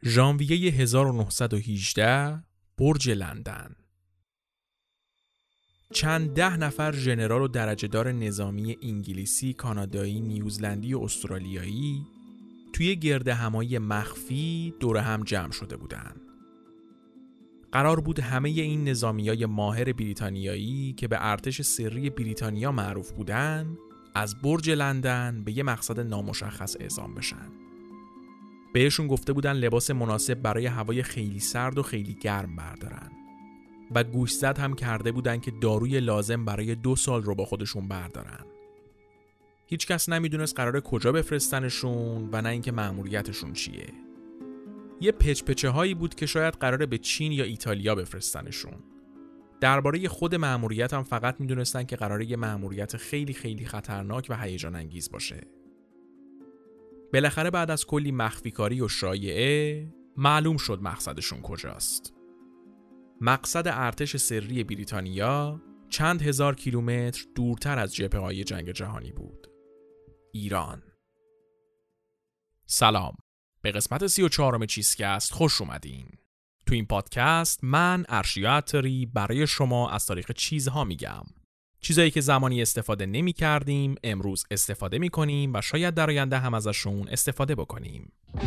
ژانویه 1918 برج لندن. چند ده نفر ژنرال و درجه‌دار نظامی انگلیسی، کانادایی، نیوزلندی و استرالیایی توی گردهمایی مخفی دور هم جمع شده بودند. قرار بود همه این نظامیای ماهر بریتانیایی که به ارتش سری بریتانیا معروف بودن از برج لندن به یه مقصد نامشخص اعزام بشن. بهشون گفته بودن لباس مناسب برای هوای خیلی سرد و خیلی گرم بردارن و گوشزد هم کرده بودن که داروی لازم برای 2 سال رو با خودشون بردارن. هیچ کس نمیدونست قراره کجا بفرستنشون و نه اینکه مأموریتشون چیه. یه پچپچه هایی بود که شاید قراره به چین یا ایتالیا بفرستنشون. درباره خود مأموریت هم فقط میدونستن که قراره یه مأموریت خیلی خیلی خطرناک و هیجان انگیز باشه. بالاخره بعد از کلی مخفیکاری و شایعه معلوم شد مقصدشون کجاست. مقصد ارتش سری بریتانیا چند هزار کیلومتر دورتر از جبهه‌های جنگ جهانی بود. ایران. سلام. به قسمت 34 چیزکست خوش اومدین. تو این پادکست من ارشیا عطاری برای شما از تاریخ چیزها میگم. چیزایی که زمانی استفاده نمی کردیم امروز استفاده می کنیم و شاید در آینده هم ازشون استفاده بکنیم.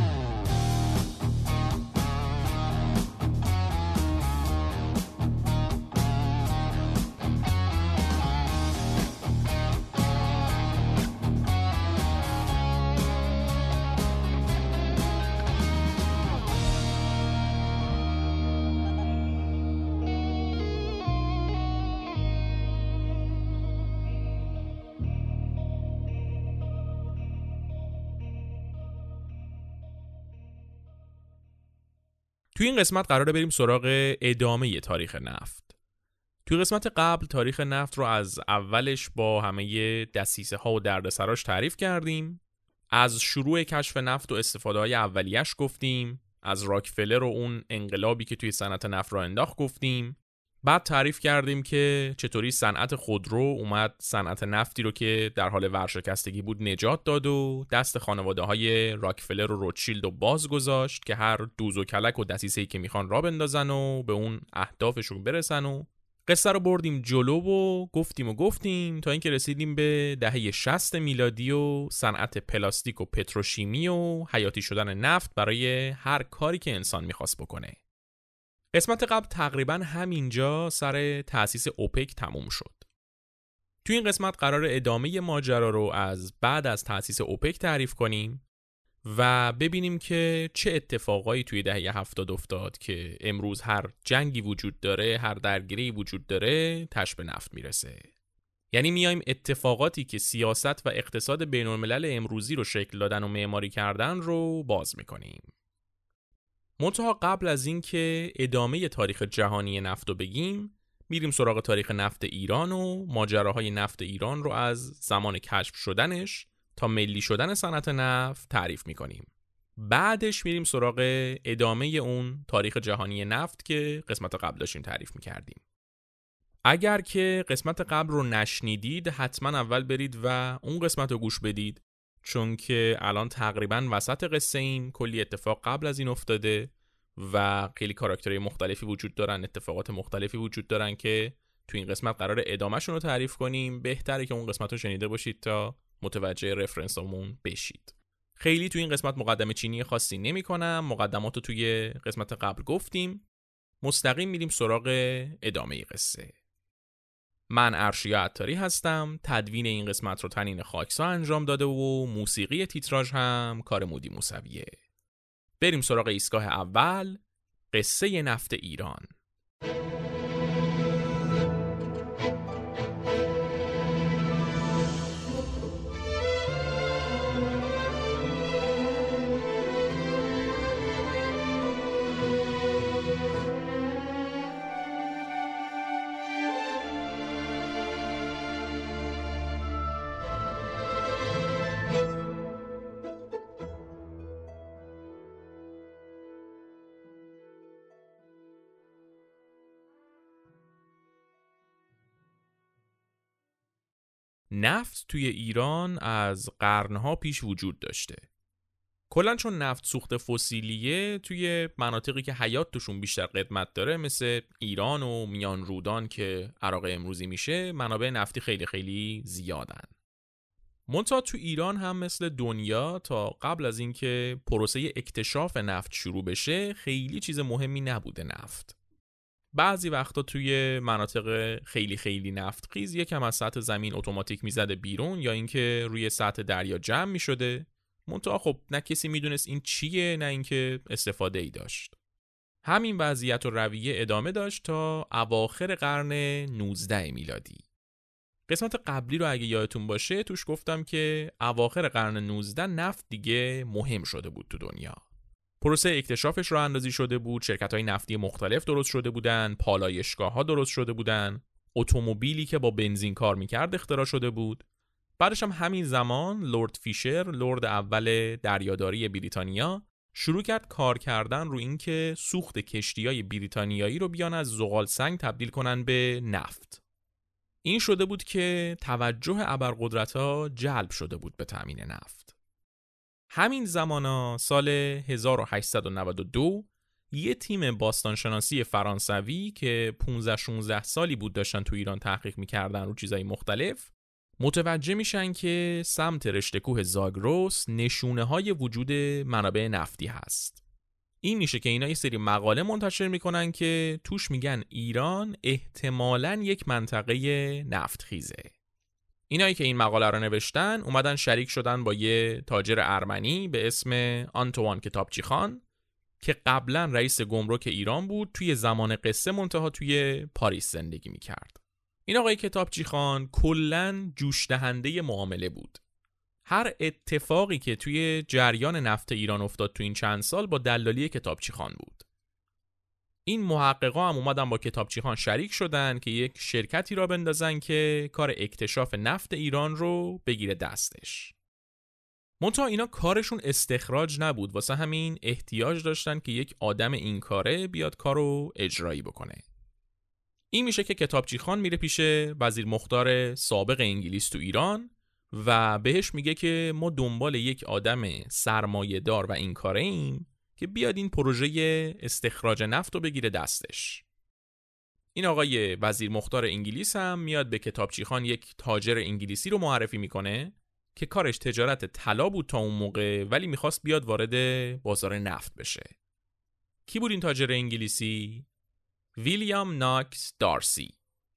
توی این قسمت قراره بریم سراغ ادامه تاریخ نفت. توی قسمت قبل تاریخ نفت رو از اولش با همه دسیسه ها و دردسراش تعریف کردیم. از شروع کشف نفت و استفاده های اولیش گفتیم. از راکفلر و اون انقلابی که توی صنعت نفت را انداخت گفتیم. بعد تعریف کردیم که چطوری صنعت خودرو اومد صنعت نفتی رو که در حال ورشکستگی بود نجات داد و دست خانواده‌های راکفلر و روتشیلد رو باز گذاشت که هر دوز و کلک و دسیسه‌ای که میخوان را بندازن و به اون اهدافشون برسن و قصه رو بردیم جلو و گفتیم تا اینکه رسیدیم به دهه 60 میلادی و صنعت پلاستیک و پتروشیمی و حیاتی شدن نفت برای هر کاری که انسان میخواست بکنه. قسمت قبل تقریباً همینجا سر تأسیس اوپک تموم شد. توی این قسمت قرار ادامه ماجرا رو از بعد از تأسیس اوپک تعریف کنیم و ببینیم که چه اتفاقایی توی دهه 70 افتاد که امروز هر جنگی وجود داره، هر درگیری وجود داره، تش به نفت میرسه. یعنی میایم اتفاقاتی که سیاست و اقتصاد بین‌الملل امروزی رو شکل دادن و معماری کردن رو باز میکنیم. منتها قبل از این که ادامه تاریخ جهانی نفت رو بگیم میریم سراغ تاریخ نفت ایران و ماجراهای نفت ایران رو از زمان کشف شدنش تا ملی شدن صنعت نفت تعریف میکنیم. بعدش میریم سراغ ادامه اون تاریخ جهانی نفت که قسمت قبل داشتیم تعریف میکردیم. اگر که قسمت قبل رو نشنیدید حتما اول برید و اون قسمت رو گوش بدید، چون که الان تقریباً وسط قصه ایم. کلی اتفاق قبل از این افتاده و خیلی کاراکترهای مختلفی وجود دارن، اتفاقات مختلفی وجود دارن که تو این قسمت قراره ادامهشون رو تعریف کنیم. بهتره که اون قسمت رو شنیده باشید تا متوجه رفرنسمون بشید. خیلی تو این قسمت مقدمه چینی خاصی نمی کنم. مقدمات رو توی قسمت قبل گفتیم. مستقیم میریم سراغ ادامه قصه. من ارشیا عطاری هستم. تدوین این قسمت رو تنین خاکسا انجام داده و موسیقی تیتراژ هم کار مودی موسویه. بریم سراغ ایستگاه اول، قصه نفت ایران. نفت توی ایران از قرنها پیش وجود داشته. کلا چون نفت سوخت فسیلیه توی مناطقی که حیات توشون بیشتر قدمت داره مثل ایران و میان رودان که عراق امروزی میشه منابع نفتی خیلی خیلی زیادن. منتها تو ایران هم مثل دنیا تا قبل از اینکه پروسه اکتشاف نفت شروع بشه خیلی چیز مهمی نبوده نفت. بعضی وقتا توی مناطق خیلی خیلی نفتخیز یکم از سطح زمین اتوماتیک میزده بیرون یا اینکه روی سطح دریا جمع میشده. منتها خب نه کسی میدونست این چیه نه اینکه استفاده ای داشت. همین وضعیت و رویه ادامه داشت تا اواخر قرن 19 میلادی. قسمت قبلی رو اگه یادتون باشه توش گفتم که اواخر قرن 19 نفت دیگه مهم شده بود تو دنیا. پروسه اکتشافش راه اندازی شده بود، شرکت‌های نفتی مختلف درست شده بودن، پالایشگاه‌ها درست شده بودن، اتومبیلی که با بنزین کار می‌کرد اختراع شده بود. بعدش هم همین زمان لرد فیشر، لرد اول دریاداری بریتانیا، شروع کرد کار کردن رو این که سوخت کشتی‌های بریتانیایی رو بیان از زغال سنگ تبدیل کنن به نفت. این شده بود که توجه ابرقدرت‌ها جلب شده بود به تامین نفت. همین زمانا سال 1892 یه تیم باستانشناسی فرانسوی که 15-16 سالی بود داشتن تو ایران تحقیق می‌کردن رو چیزای مختلف، متوجه میشن که سمت رشته کوه زاگرس نشونه‌های وجود منابع نفتی هست. این میشه که اینا یه سری مقاله منتشر میکنن که توش میگن ایران احتمالاً یک منطقه نفتخیزه. اینایی که این مقاله رو نوشتن اومدن شریک شدن با یه تاجر ارمنی به اسم آنتوان کتابچی خان که قبلا رئیس گمرک ایران بود، توی زمان قصه منتها توی پاریس زندگی میکرد. این آقای کتابچی خان کلن جوش دهنده معامله بود. هر اتفاقی که توی جریان نفت ایران افتاد تو این چند سال با دلالی کتابچی خان بود. این محققا هم اومدن با کتابچی خان شریک شدن که یک شرکتی را بندازن که کار اکتشاف نفت ایران رو بگیره دستش. منتها اینا کارشون استخراج نبود، واسه همین احتیاج داشتن که یک آدم این کاره بیاد کارو اجرایی بکنه. این میشه که کتابچی خان میره پیش وزیر مختار سابق انگلیس تو ایران و بهش میگه که ما دنبال یک آدم سرمایه‌دار و این کاره ایم که بیاد این پروژه استخراج نفت رو بگیره دستش. این آقای وزیر مختار انگلیس هم میاد به کتابچی خان یک تاجر انگلیسی رو معرفی میکنه که کارش تجارت طلا بود تا اون موقع، ولی میخواست بیاد وارد بازار نفت بشه. کی بود این تاجر انگلیسی؟ ویلیام ناکس دارسی.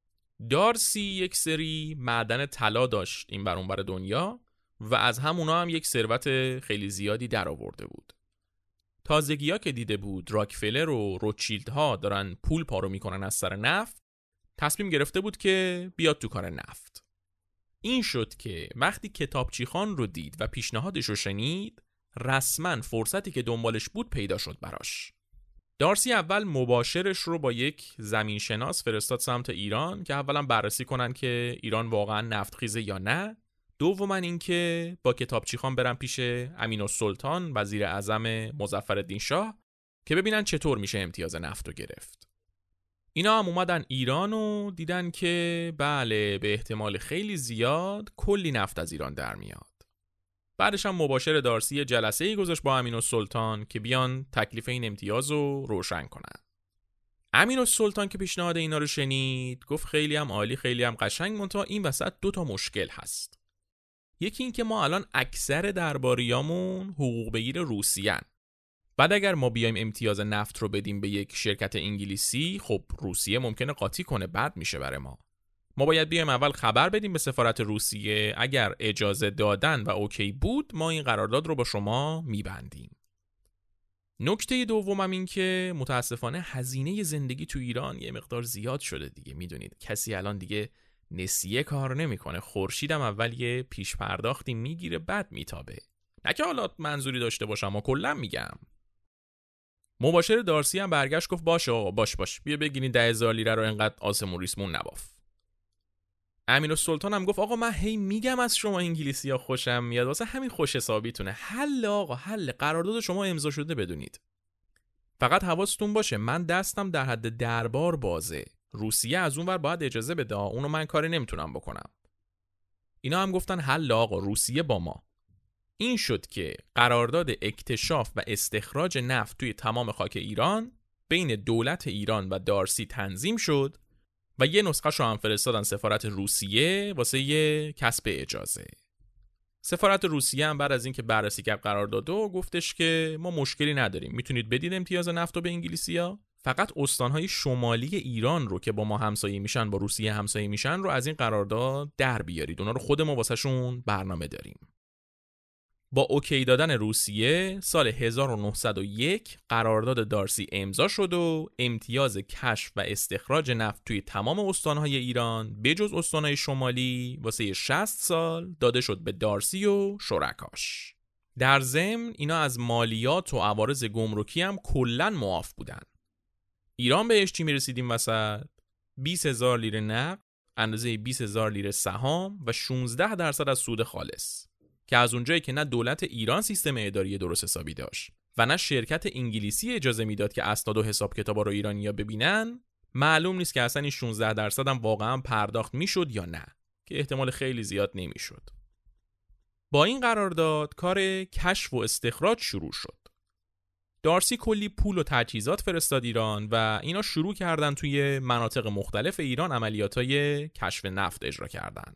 دارسی یک سری معدن طلا داشت این بر اون بر دنیا و از همونا هم یک ثروت خیلی زیادی در آورده بود. تازگی‌ها که دیده بود راکفلر و روتشیلدها دارن پول پارو میکنن از سر نفت، تصمیم گرفته بود که بیاد تو کار نفت. این شد که وقتی کتابچی خان رو دید و پیشنهادش رو شنید، رسما فرصتی که دنبالش بود پیدا شد براش. دارسی اول مباشرش رو با یک زمینشناس فرستاد سمت ایران که اولا بررسی کنن که ایران واقعا نفتخیزه یا نه. دوما این که با کتابچی خان برن پیش امین‌السلطان وزیر اعظم مظفرالدین شاه که ببینن چطور میشه امتیاز نفت رو گرفت. اینا هم اومدن ایران و دیدن که بله به احتمال خیلی زیاد کلی نفت از ایران در میاد. بعدش هم مباشر دارسی جلسه‌ای گذاشت با امین‌السلطان که بیان تکلیف این امتیاز رو روشن کنن. امین‌السلطان که پیشنهاد اینا رو شنید گفت خیلی هم عالی، خیلی هم قشنگ، منتها این وسط 2 مشکل هست. یکی این که ما الان اکثر درباریامون حقوق بگیر روسیه‌ن. بعد اگر ما بیایم امتیاز نفت رو بدیم به یک شرکت انگلیسی، خب روسیه ممکنه قاطی کنه، بد میشه برای ما. ما باید بیایم اول خبر بدیم به سفارت روسیه، اگر اجازه دادن و اوکی بود ما این قرارداد رو با شما میبندیم. نکته دومم این که متاسفانه هزینه زندگی تو ایران یه مقدار زیاد شده دیگه، میدونید کسی الان دیگه نسیه کار نمیکنه، خورشیدم اول یه پیش پرداختی میگیره بعد میتابه. نه که حالا منظوری داشته باشم و کلا میگم. مباشر دارسی هم برگشت گفت باشه آقا باش بیا بگیرین 10,000 لیره رو، اینقدر آسمون ریسمون نباف. امین‌السلطان هم گفت آقا من هی میگم از شما انگلیسی‌ها خوشم میاد، واسه همین خوش حسابیتونه. حل آقا حل، قرارداد شما امضا شده بدونید. فقط حواستون باشه من دستم در حد دربار بازه، روسیه از اون ور باید اجازه بده، اونو من کاری نمیتونم بکنم. اینا هم گفتن حل آقا، روسیه با ما. این شد که قرارداد اکتشاف و استخراج نفت توی تمام خاک ایران بین دولت ایران و دارسی تنظیم شد و یه نسخه رو هم فرستادن سفارت روسیه واسه یه کسب اجازه. سفارت روسیه هم بعد از اینکه بررسی کرد قراردادو گفتش که ما مشکلی نداریم، میتونید بدید امتیاز نفت رو به انگلیسی‌ها، فقط استانهای شمالی ایران رو که با ما همسایه میشن، با روسیه همسایه میشن رو از این قرارداد در بیارید، اونا رو خود ما واسهشون برنامه داریم. با اوکی دادن روسیه سال 1901 قرارداد دارسی امضا شد و امتیاز کشف و استخراج نفت توی تمام استانهای ایران بجز استانهای شمالی واسه 60 سال داده شد به دارسی و شرکاش. در ضمن اینا از مالیات و عوارض گمرکی هم کلاً معاف بودن. ایران بهش چی میرسیدیم وسط؟ 20,000 لیره نقد، اندازه 20,000 لیره سهام و 16% از سود خالص، که از اونجایی که نه دولت ایران سیستم اداری درست حسابی داشت و نه شرکت انگلیسی اجازه میداد که اسناد و حساب کتابا رو ایرانی‌ها ببینن، معلوم نیست که اصلا این 16% هم واقعا پرداخت میشد یا نه، که احتمال خیلی زیاد نمیشد. با این قرارداد کار کشف و استخراج شروع شد. دارسی کلی پول و تجهیزات فرستاد ایران و اینا شروع کردن توی مناطق مختلف ایران عملیاتای کشف نفت اجرا کردن.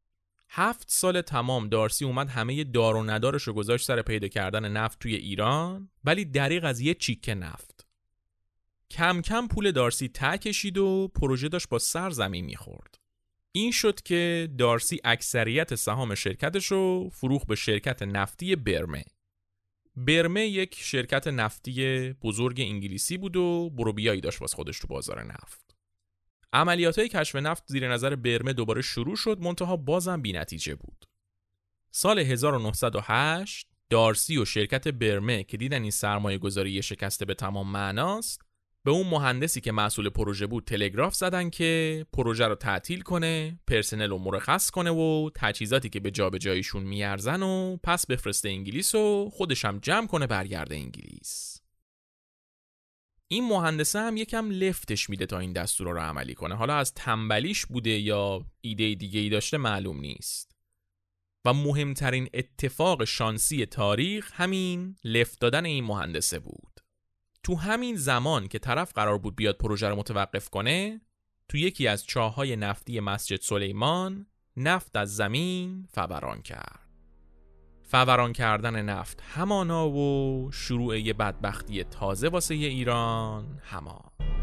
7 سال تمام دارسی اومد همه دار و ندارش رو گذاشت سر پیدا کردن نفت توی ایران، ولی دریغ از یه چیکه نفت. کم کم پول دارسی ته کشید و پروژه داشت با سر زمین میخورد. این شد که دارسی اکثریت سهام شرکتش رو فروخت به شرکت نفتی برمه. برمه یک شرکت نفتی بزرگ انگلیسی بود و بروبیایی داشت واسه خودش تو بازار نفت. عملیات‌های کشف نفت زیر نظر برمه دوباره شروع شد، منتها بازم بی‌نتیجه بود. سال 1908 دارسی و شرکت برمه که دیدن این سرمایه‌گذاری شکسته به تمام معناست، به اون مهندسی که مسئول پروژه بود تلگراف زدن که پروژه رو تعطیل کنه، پرسنل رو مرخص کنه و تجهیزاتی که به جابجاییشون میارزن و پس بفرسته انگلیس و خودش هم جمع کنه برگرده انگلیس. این مهندسه هم یکم لفتش میده تا این دستور رو عملی کنه. حالا از تنبلیش بوده یا ایده دیگه ای داشته معلوم نیست. و مهمترین اتفاق شانسی تاریخ همین لفت دادن این مهندسه بود. تو همین زمان که طرف قرار بود بیاد پروژه رو متوقف کنه، تو یکی از چاه‌های نفتی مسجد سلیمان نفت از زمین فوران کرد. فوران کردن نفت همانا و شروع یه بدبختی تازه واسه ایران همان.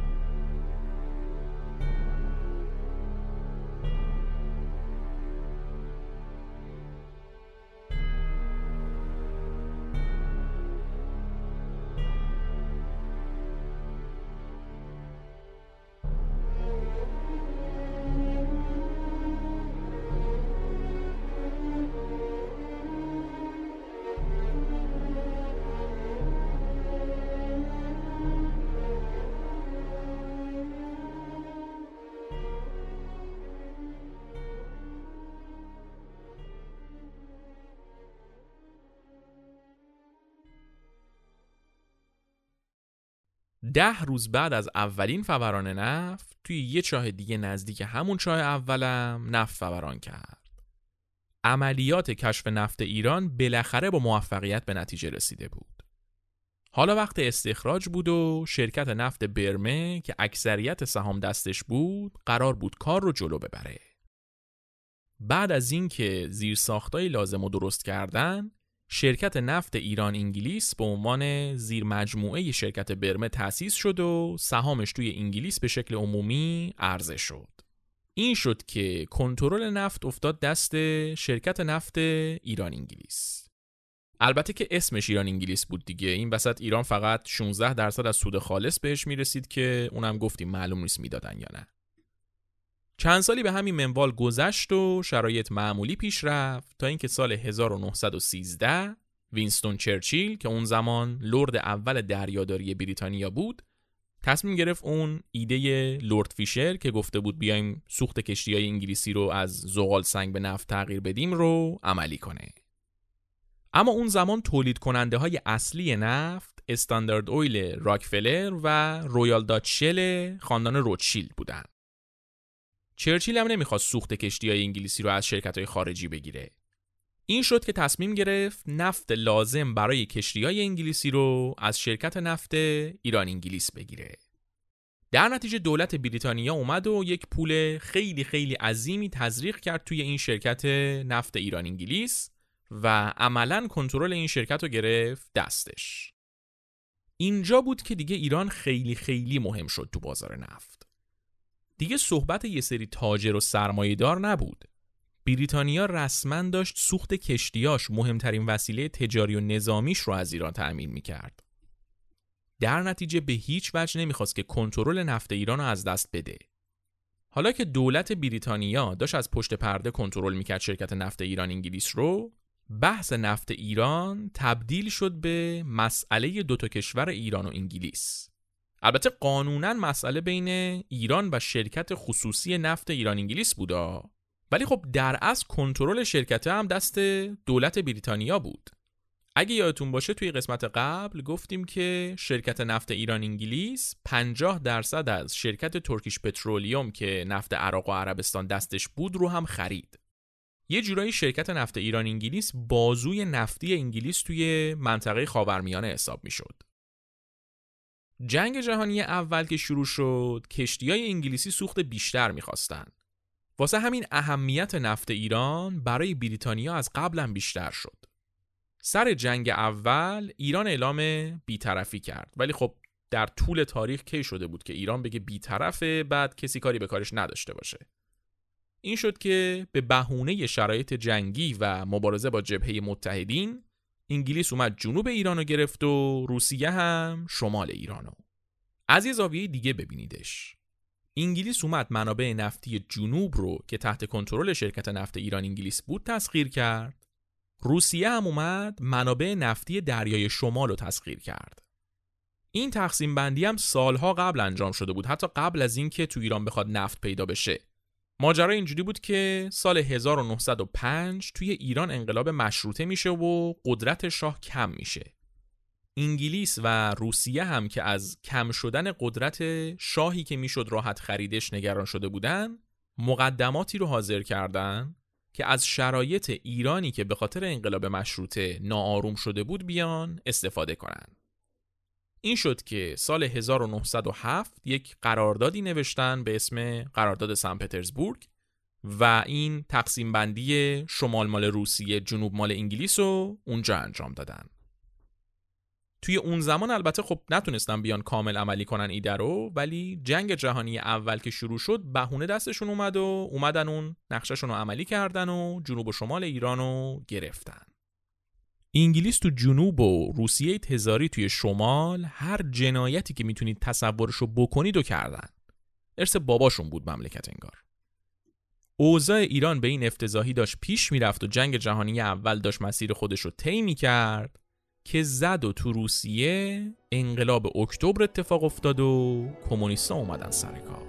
ده روز بعد از اولین فوران نفت توی یه چاه دیگه نزدیک همون چاه اولم نفت فوران کرد. عملیات کشف نفت ایران بالاخره با موفقیت به نتیجه رسیده بود. حالا وقت استخراج بود و شرکت نفت برمه که اکثریت سهام دستش بود قرار بود کار رو جلو ببره. بعد از اینکه زیرساختای لازم رو درست کردن، شرکت نفت ایران انگلیس به عنوان زیر مجموعه شرکت برمه تأسیس شد و سهامش توی انگلیس به شکل عمومی عرضه شد. این شد که کنترل نفت افتاد دست شرکت نفت ایران انگلیس. البته که اسمش ایران انگلیس بود دیگه، این وسط ایران فقط 16% از سود خالص بهش میرسید که اونم گفتیم معلوم نیست میدادن یا نه. چند سالی به همین منوال گذشت و شرایط معمولی پیش رفت تا اینکه سال 1913 وینستون چرچیل که اون زمان لرد اول دریاداری بریتانیا بود تصمیم گرفت اون ایده لرد فیشر که گفته بود بیایم سوخت کشتی‌های انگلیسی رو از زغال سنگ به نفت تغییر بدیم رو عملی کنه. اما اون زمان تولید کننده های اصلی نفت استاندارد اویل راکفلر و رویال داچ شل خاندان روتشیلد بودن. چرچیل هم نمیخواست سوخت کشتی‌های انگلیسی رو از شرکت‌های خارجی بگیره. این شد که تصمیم گرفت نفت لازم برای کشتی‌های انگلیسی رو از شرکت نفت ایران انگلیس بگیره. در نتیجه دولت بریتانیا اومد و یک پول خیلی خیلی عظیمی تزریق کرد توی این شرکت نفت ایران انگلیس و عملاً کنترل این شرکت رو گرفت دستش. اینجا بود که دیگه ایران خیلی خیلی مهم شد تو بازار نفت. دیگه صحبت یه سری تاجر و سرمایه‌دار نبود. بریتانیا رسما داشت سوخت کشتیاش مهمترین وسیله تجاری و نظامیش رو از ایران تأمین می‌کرد. در نتیجه به هیچ وجه نمیخواست که کنترل نفت ایران رو از دست بده. حالا که دولت بریتانیا داشت از پشت پرده کنترل میکرد شرکت نفت ایران انگلیس رو، بحث نفت ایران تبدیل شد به مسئله دوتا کشور ایران و انگلیس. البته قانوناً مسئله بین ایران و شرکت خصوصی نفت ایران انگلیس بودا، ولی خب در اصل کنترل شرکت هم دست دولت بریتانیا بود. اگه یادتون باشه توی قسمت قبل گفتیم که شرکت نفت ایران انگلیس 50% از شرکت ترکیش پترولیوم که نفت عراق و عربستان دستش بود رو هم خرید. یه جورایی شرکت نفت ایران انگلیس بازوی نفتی انگلیس توی منطقه خاورمیانه حساب میشد. جنگ جهانی اول که شروع شد، کشتی‌های انگلیسی سوخت بیشتر می‌خواستن. واسه همین اهمیت نفت ایران برای بریتانیا از قبل هم بیشتر شد. سر جنگ اول ایران اعلام بی‌طرفی کرد، ولی خب در طول تاریخ کی شده بود که ایران بگه بی‌طرفه بعد کسی کاری به کارش نداشته باشه. این شد که به بهونه شرایط جنگی و مبارزه با جبهه متحدین انگلیس اومد جنوب ایرانو گرفت و روسیه هم شمال ایرانو. از یه زاویه دیگه ببینیدش. انگلیس اومد منابع نفتی جنوب رو که تحت کنترل شرکت نفت ایران انگلیس بود تسخیر کرد. روسیه هم اومد منابع نفتی دریای شمال رو تسخیر کرد. این تقسیم بندی هم سالها قبل انجام شده بود، حتی قبل از این که تو ایران بخواد نفت پیدا بشه. ماجرا اینجوری بود که سال 1905 توی ایران انقلاب مشروطه میشه و قدرت شاه کم میشه. انگلیس و روسیه هم که از کم شدن قدرت شاهی که میشد راحت خریدش نگران شده بودن، مقدماتی رو حاضر کردن که از شرایط ایرانی که به خاطر انقلاب مشروطه ناآروم شده بود بیان استفاده کنن. این شد که سال 1907 یک قراردادی نوشتن به اسم قرارداد سن پترزبورگ و این تقسیم بندی شمال مال روسیه، جنوب مال انگلیس رو اونجا انجام دادن. توی اون زمان البته خب نتونستن بیان کامل عملی کنن ایده رو، ولی جنگ جهانی اول که شروع شد بهونه دستشون اومد و اومدن اون نقشه‌شون رو عملی کردن و جنوب و شمال ایران رو گرفتن. انگلیس تو جنوب و روسیه تزاری توی شمال هر جنایتی که میتونید تصورشو بکنید و کردن. ارث باباشون بود مملکت انگار. اوضاع ایران به این افتضاحی داشت پیش میرفت و جنگ جهانی اول داشت مسیر خودش رو طی می‌کرد که زد و تو روسیه انقلاب اکتبر اتفاق افتاد و کمونیست‌ها اومدن سر کار.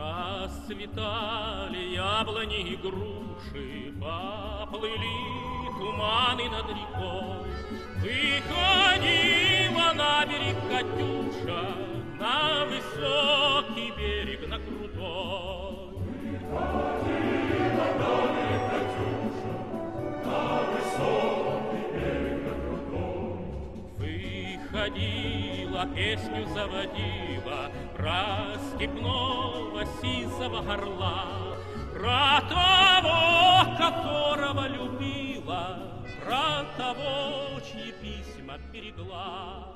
Туманы над рекой, выходила на берег Катюша, на высокий берег, на крутой. Выходила на берег Катюша, на высокий берег, на крутой. Выходила, песню заводила про степного сизого орла, про того, которого любила, про того, чьи письма берегла.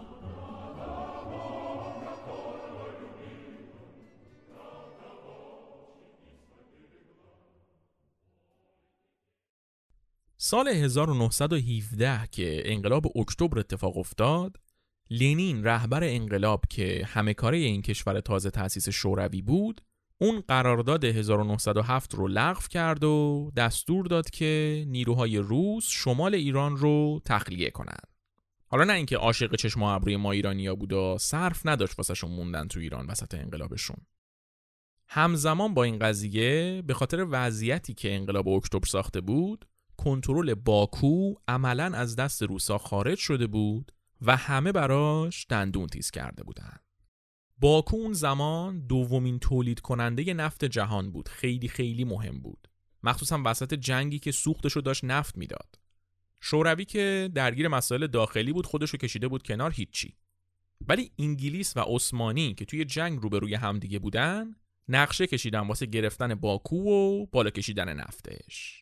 سال 1917 که انقلاب اکتبر اتفاق افتاد، لنین رهبر انقلاب که همه کاره این کشور تازه تأسیس شوروی بود، اون قرارداد 1907 رو لغو کرد و دستور داد که نیروهای روس شمال ایران رو تخلیه کنن. حالا نه اینکه عاشق چشم و ابروی ما ایرانی‌ها بود و صرف نداشت واسهشون موندن تو ایران وسط انقلابشون. همزمان با این قضیه به خاطر وضعیتی که انقلاب اکتبر ساخته بود، کنترل باکو عملاً از دست روسا خارج شده بود و همه براش دندون تیز کرده بودن. باکو اون زمان دومین تولید کننده نفت جهان بود. خیلی خیلی مهم بود، مخصوصا وسط جنگی که سوختشو داشت نفت میداد. شوروی که درگیر مسائل داخلی بود خودشو کشیده بود کنار، هیچی. ولی انگلیس و عثمانی که توی جنگ روبروی همدیگه بودن نقشه کشیدن واسه گرفتن باکو و بالا کشیدن نفتش.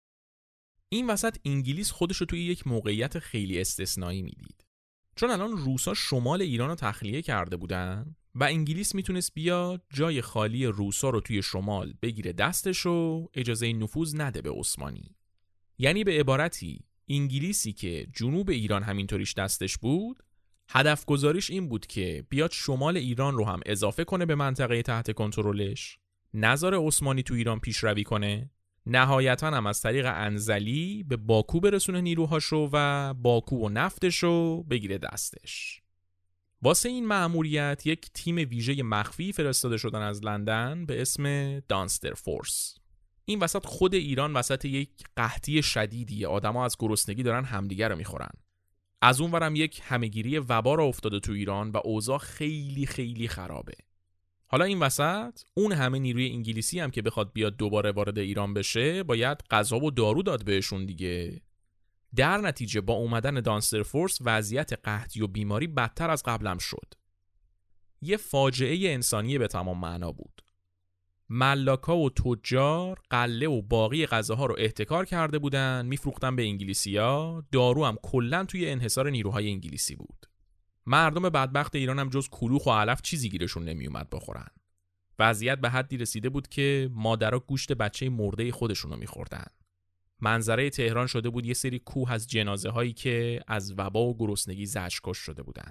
این وسط انگلیس خودشو توی یک موقعیت خیلی استثنایی میدید، چون الان روسا شمال ایران رو تخلیه کرده بودن و انگلیس میتونست بیاد جای خالی روسا رو توی شمال بگیره دستش و اجازه نفوذ نده به عثمانی. یعنی به عبارتی انگلیسی که جنوب ایران همینطوریش دستش بود، هدف گذاریش این بود که بیاد شمال ایران رو هم اضافه کنه به منطقه تحت کنترلش، نذاره عثمانی تو ایران پیشروی کنه، نهایتاً هم از طریق انزلی به باکو برسونه نیروهاشو و باکو و نفتشو بگیره دستش. واسه این مأموریت یک تیم ویژه مخفی فرستاده شدن از لندن به اسم دانستر فورس. این وسط خود ایران وسط یک قحطی شدیدیه، آدما از گرسنگی دارن همدیگه رو میخورن. از اون ورم یک همهگیری وبا را افتاده تو ایران و اوضاع خیلی خیلی خرابه. حالا این وسط اون همه نیروی انگلیسی هم که بخواد بیاد دوباره وارد ایران بشه باید غذا و دارو داد بهشون دیگه. در نتیجه با اومدن دانستر فورس وضعیت قحطی و بیماری بدتر از قبلم شد. یه فاجعه انسانی به تمام معنا بود. ملاکا و تجار قله و باقی غذاها رو احتکار کرده بودن، میفروختن به انگلیسیا. دارو هم کلاً توی انحصار نیروهای انگلیسی بود. مردم بدبخت ایران هم جز کلوخ و علف چیزی گیرشون نمیومد بخورن. وضعیت به حدی رسیده بود که مادرها گوشت بچه مرده خودشون رو میخوردن. منظره تهران شده بود یه سری کوه از جنازه هایی که از وبا و گرسنگی زجرکش شده بودن.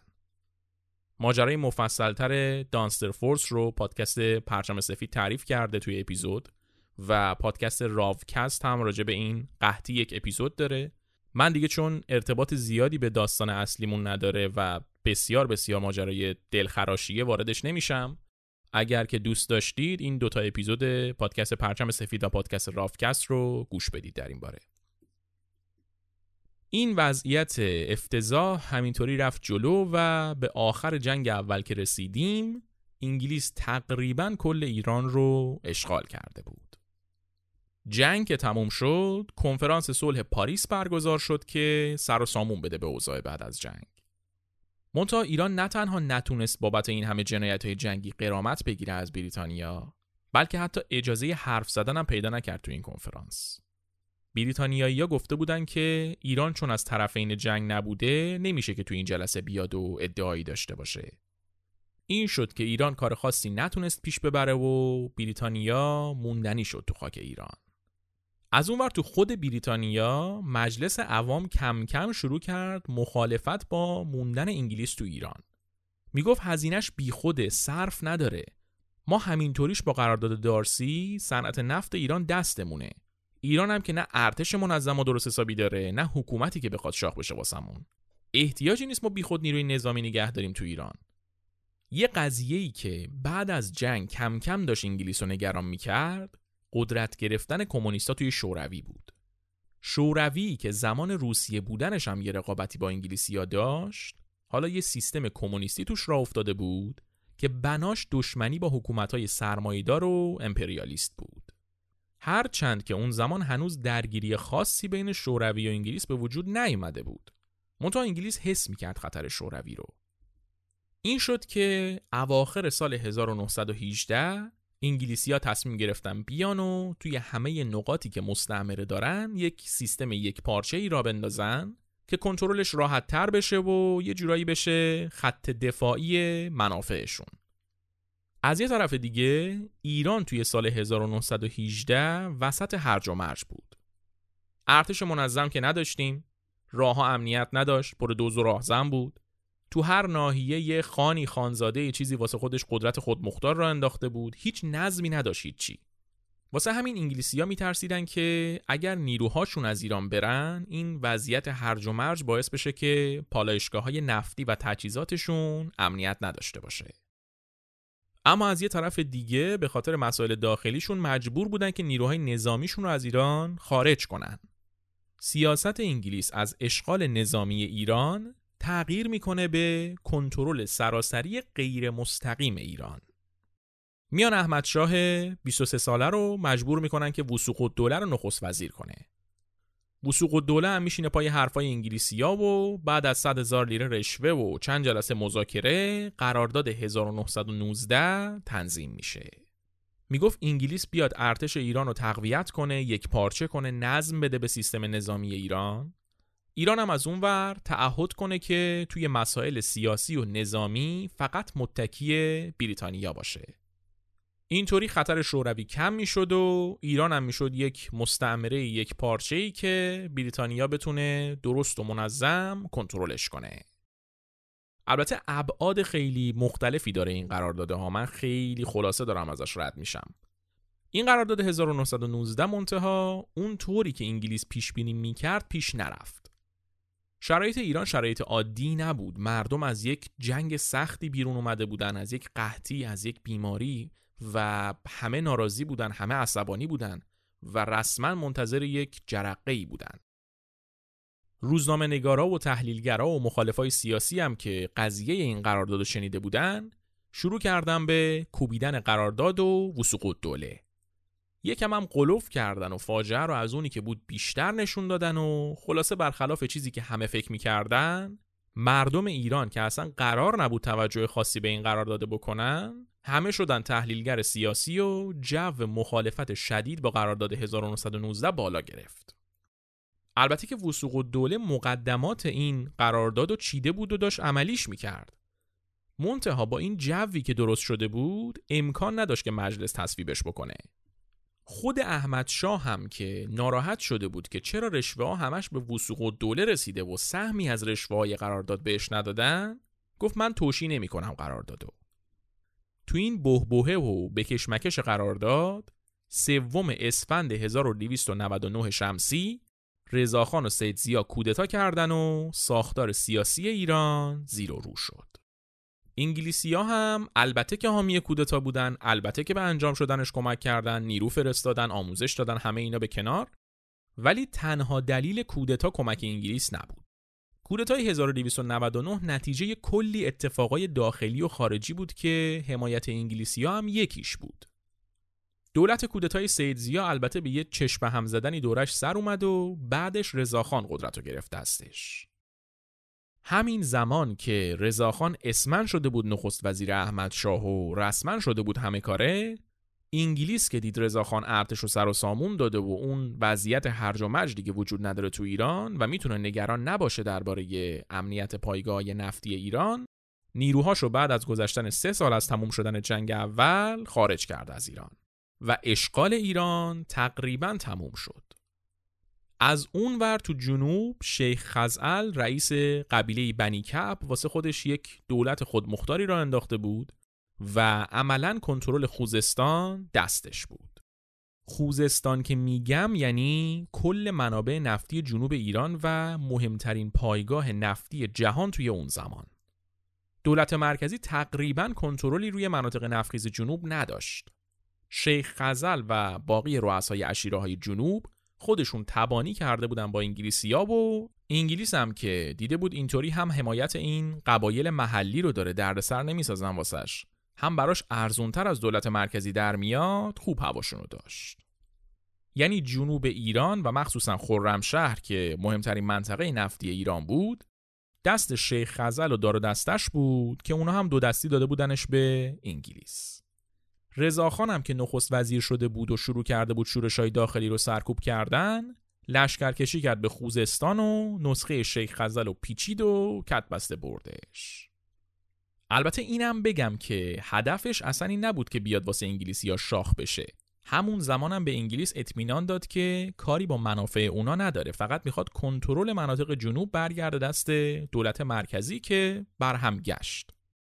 ماجرای مفصلتر دانستر فورس رو پادکست پرچم سفید تعریف کرده توی اپیزود و پادکست راوکست هم راجع به این قحطی یک اپیزود داره. من دیگه چون ارتباط زیادی به داستان اصلیمون نداره و بسیار بسیار ماجرای دلخراشیه واردش نمیشم. اگر که دوست داشتید این دوتا اپیزود پادکست پرچم سفید و پادکست راوکست رو گوش بدید در این باره. این وضعیت افتضاح همینطوری رفت جلو و به آخر جنگ اول که رسیدیم انگلیس تقریباً کل ایران رو اشغال کرده بود. جنگ که تموم شد کنفرانس صلح پاریس برگزار شد که سر و سامون بده به اوضاع بعد از جنگ. منتها ایران نه تنها نتونست بابت این همه جنایت‌های جنگی غرامت بگیره از بریتانیا، بلکه حتی اجازه حرف زدن هم پیدا نکرد تو این کنفرانس. بریتانیایی‌ها گفته بودن که ایران چون از طرفین جنگ نبوده نمیشه که تو این جلسه بیاد و ادعایی داشته باشه. این شد که ایران کار خاصی نتونست پیش ببره و بریتانیا موندنی شد تو خاک ایران. از اون ور تو خود بریتانیا مجلس عوام کم کم شروع کرد مخالفت با موندن انگلیس تو ایران. میگفت هزینه‌اش بیخوده، صرف نداره. ما همینطوریش با قرارداد دارسی صنعت نفت ایران دستمونه. ایران هم که نه ارتش منظم و درست حسابی داره، نه حکومتی که بخواد شاخ بشه واسمون. احتیاجی نیست ما بیخود نیروی نظامی نگه داریم تو ایران. یه قضیه‌ای که بعد از جنگ کم کم داشت انگلیس رو نگران می‌کرد، قدرت گرفتن کمونیستا توی شوروی بود. شوروی که زمان روسیه بودنش هم یه رقابتی با انگلیسی‌ها داشت، حالا یه سیستم کمونیستی توش راه افتاده بود که بناش دشمنی با حکومت‌های سرمایه‌دار و امپریالیست بود. هرچند که اون زمان هنوز درگیری خاصی بین شوروی و انگلیس به وجود نیامده بود، منتها انگلیس حس می‌کرد خطر شوروی رو. این شد که اواخر سال 1918 انگلیسی‌ها تصمیم گرفتن بیان و توی همه نقاطی که مستعمره دارن یک سیستم یک پارچه‌ای را بندازن که کنترلش راحت تر بشه و یه جورایی بشه خط دفاعی منافعشون. از یه طرف دیگه ایران توی سال 1918 وسط هرج و مرج بود. ارتش منظم که نداشتیم، راه‌ها امنیت نداشت، پر دوز و راهزن بود. تو هر ناحیه یه خانی خانزاده یه چیزی واسه خودش قدرت خودمختار را انداخته بود، هیچ نظمی نداشت هیچی. واسه همین انگلیسی‌ها میترسیدن که اگر نیروهاشون از ایران برن، این وضعیت هرج و مرج باعث بشه که پالایشگاه‌های نفتی و تجهیزاتشون امنیت نداشته باشه. اما از یه طرف دیگه به خاطر مسائل داخلیشون مجبور بودن که نیروهای نظامیشون رو از ایران خارج کنن. سیاست انگلیس از اشغال نظامی ایران تغییر میکنه به کنترل سراسری غیر مستقیم ایران. میان احمدشاه 23 ساله رو مجبور میکنن که وثوق الدوله رو نخست وزیر کنه. وثوق‌الدوله هم میشینه پای حرفای انگلیسی‌ها و بعد از 100,000 لیره رشوه و چند جلسه مذاکره قرارداد 1919 تنظیم میشه. میگفت انگلیس بیاد ارتش ایران رو تقویت کنه، یک پارچه کنه، نظم بده به سیستم نظامی ایران. ایران هم از اون ور تعهد کنه که توی مسائل سیاسی و نظامی فقط متکی بریتانیا باشه. اینطوری خطر شوروی کم میشد و ایران هم میشد یک مستعمره یک پارچه‌ای که بریتانیا بتونه درست و منظم کنترلش کنه. البته ابعاد خیلی مختلفی داره این قرارداد ها. من خیلی خلاصه دارم ازش رد میشم. این قرارداد 1919 منتها اون طوری که انگلیس پیش بینی میکرد پیش نرفت. شرایط ایران شرایط عادی نبود. مردم از یک جنگ سختی بیرون اومده بودن، از یک قحطی، از یک بیماری و همه ناراضی بودن، همه عصبانی بودن و رسما منتظر یک جرقه‌ای بودن. روزنامه نگارا و تحلیلگرا و مخالفای سیاسی هم که قضیه این قرارداد رو شنیده بودن شروع کردن به کوبیدن قرارداد و وثوق‌الدوله. یکم هم غلوف کردن و فاجعه رو از اونی که بود بیشتر نشون دادن و خلاصه برخلاف چیزی که همه فکر می‌کردن، مردم ایران که اصلا قرار نبود توجه خاصی به این قرارداد بکنن، همه شدن تحلیلگر سیاسی و جو مخالفت شدید با قرارداد 1919 بالا گرفت. البته که وثوق‌الدوله مقدمات این قرارداد رو چیده بود و داشت عملیش میکرد. منتها با این جوی که درست شده بود امکان نداشت که مجلس تصویبش بکنه. خود احمد شاه هم که ناراحت شده بود که چرا رشوه ها همش به وثوق‌الدوله رسیده و سهمی از رشوه های قرارداد بهش ندادن، گفت من توشیح نمی کنم قراردادو. تو این بحبوحه و بکشمکش قرارداد 3 اسفند 1299 شمسی رضاخان و سید ضیا کودتا کردن و ساختار سیاسی ایران زیر و رو شد. انگلیسی‌ها هم البته که حامی کودتا بودن، البته که به انجام شدنش کمک کردن، نیرو فرستادن، آموزش دادن، همه اینا به کنار، ولی تنها دلیل کودتا کمک انگلیس نبود. کودتای 1299 نتیجه کلی اتفاقای داخلی و خارجی بود که حمایت انگلیسی‌ها هم یکیش بود. دولت کودتای سید ضیا البته به یه چشم هم زدنی دورش سر اومد و بعدش رضاخان قدرت رو گرفت دستش. همین زمان که رضاخان اسمن شده بود نخست وزیر احمد شاه و رسما شده بود همه کاره، انگلیس که دید رضاخان ارتش رو سر و سامون داده و اون وضعیت هرج و مرج دیگه وجود نداره تو ایران و میتونه نگران نباشه درباره امنیت پایگاه نفتی ایران، نیروهاشو بعد از گذشتن 3 سال از تموم شدن جنگ اول خارج کرد از ایران و اشغال ایران تقریباً تموم شد. از اون ور تو جنوب شیخ خزعل رئیس قبیله بنی کعب واسه خودش یک دولت خودمختاری را انداخته بود و عملاً کنترل خوزستان دستش بود. خوزستان که میگم یعنی کل منابع نفتی جنوب ایران و مهمترین پایگاه نفتی جهان توی اون زمان. دولت مرکزی تقریباً کنترلی روی مناطق نفتخیز جنوب نداشت. شیخ خزعل و باقی رؤسای عشیره‌های جنوب خودشون تبانی کرده بودن با انگلیسی‌ها و انگلیس هم که دیده بود اینطوری هم حمایت این قبایل محلی رو داره، دردسر نمیسازن واسش، هم براش ارزونتر از دولت مرکزی در میاد، خوب هواشون رو داشت. یعنی جنوب ایران و مخصوصا خرمشهر که مهمترین منطقه نفتی ایران بود دست شیخ خزعل و دار و دستش بود که اونا هم 2 دستی داده بودنش به انگلیس. رضاخان هم که نخست وزیر شده بود و شروع کرده بود شورش‌های داخلی رو سرکوب کردن، لشکرکشی کرد به خوزستان و نسخه شیخ خزعل رو پیچید و کت بسته بردش. البته اینم بگم که هدفش اصلا این نبود که بیاد واسه انگلیسی‌ها شاخ بشه. همون زمانم به انگلیس اطمینان داد که کاری با منافع اونا نداره، فقط میخواد کنترل مناطق جنوب برگرده دست دولت مرکزی که برهم گشت.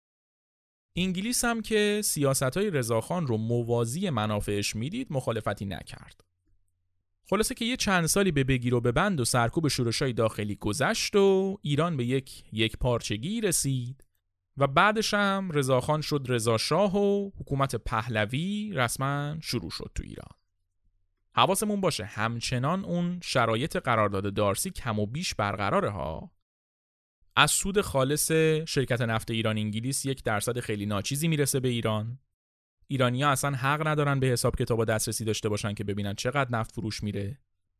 انگلیس هم که سیاست‌های رضاخان رو موازی منافعش میدید مخالفتی نکرد. خلاصه که یه چند سالی به بگیر و ببند و سرکوب شورش‌های داخلی گذشت و ایران به یک پارچگی رسید و بعدش هم رضاخان شد رضا شاه و حکومت پهلوی رسما شروع شد تو ایران. حواسمون باشه همچنان اون شرایط قرارداد دارسی کم و بیش برقراره ها. از سود خالص شرکت نفت ایران انگلیس 1% خیلی ناچیزی میرسه به ایران. ایرانی‌ها اصلا حق ندارن به حساب کتابا دسترسی داشته باشن که ببینن چقدر نفت فروش میره.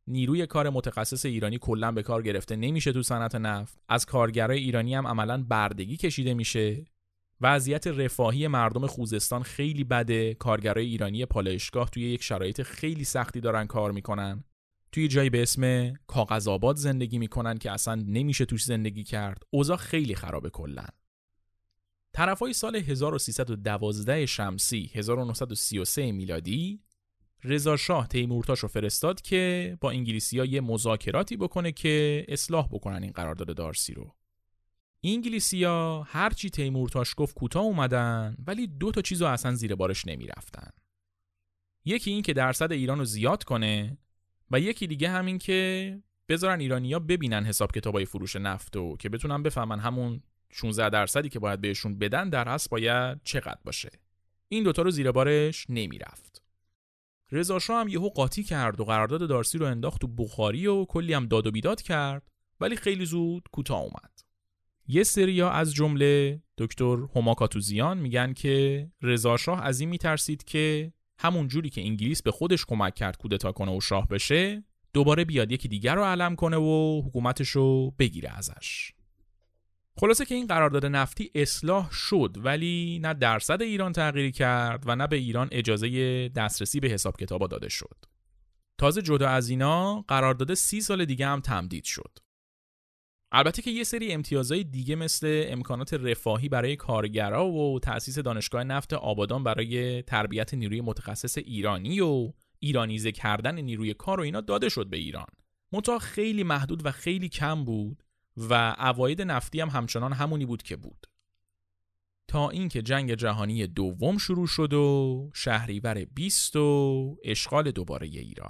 نیروی کار متخصص ایرانی کلاً به کار گرفته نمیشه تو صنعت نفت، از کارگرای ایرانی هم عملاً بردگی کشیده میشه. وضعیت رفاهی مردم خوزستان خیلی بده، کارگرای ایرانی پالایشگاه توی یک شرایط خیلی سختی دارن کار میکنن. توی جایی به اسم کاغذآباد زندگی میکنن که اصلا نمیشه توش زندگی کرد. اوضاع خیلی خرابه کلاً. طرفای سال 1312 شمسی 1933 میلادی رضا شاه تیمورتاش رو فرستاد که با انگلیسی‌ها یه مذاکراتی بکنه که اصلاح بکنن این قرارداد دارسی رو. انگلیسی‌ها هرچی تیمورتاش گفت کوتاه اومدن، ولی 2 تا چیزو اصلا زیر بارش نمیرفتن. یکی این که درصد ایران رو زیاد کنه و یکی دیگه همین که بذارن ایرانی‌ها ببینن حساب کتابای فروش نفت و که بتونن بفهمن همون 16% که باید بهشون بدن در اصل باید چقدر باشه. این 2 تا رو زیر بارش نمیرفت. رضا شاه هم یهو قاطی کرد و قرارداد دارسی رو انداخت تو بخاری و کلی هم داد و بیداد کرد، ولی خیلی زود کوتاه اومد. یه سریا از جمله دکتر هماکاتوزیان میگن که رضا شاه از این میترسید که همون جوری که انگلیس به خودش کمک کرد کودتا کنه و شاه بشه، دوباره بیاد یکی دیگر رو علم کنه و حکومتش رو بگیره ازش. خلاصه که این قرارداد نفتی اصلاح شد، ولی نه درصد ایران تغییر کرد و نه به ایران اجازه دسترسی به حساب کتابا داده شد. تازه جدا از اینا قرارداد 30 سال دیگه هم تمدید شد. البته که یه سری امتیازهای دیگه مثل امکانات رفاهی برای کارگرها و تأسیس دانشگاه نفت آبادان برای تربیت نیروی متخصص ایرانی و ایرانیزه کردن نیروی کار و اینا داده شد به ایران. منتها خیلی محدود و خیلی کم بود و عواید نفتی هم همچنان همونی بود که بود. تا اینکه جنگ جهانی دوم شروع شد و شهریور 20 و اشغال دوباره ایران.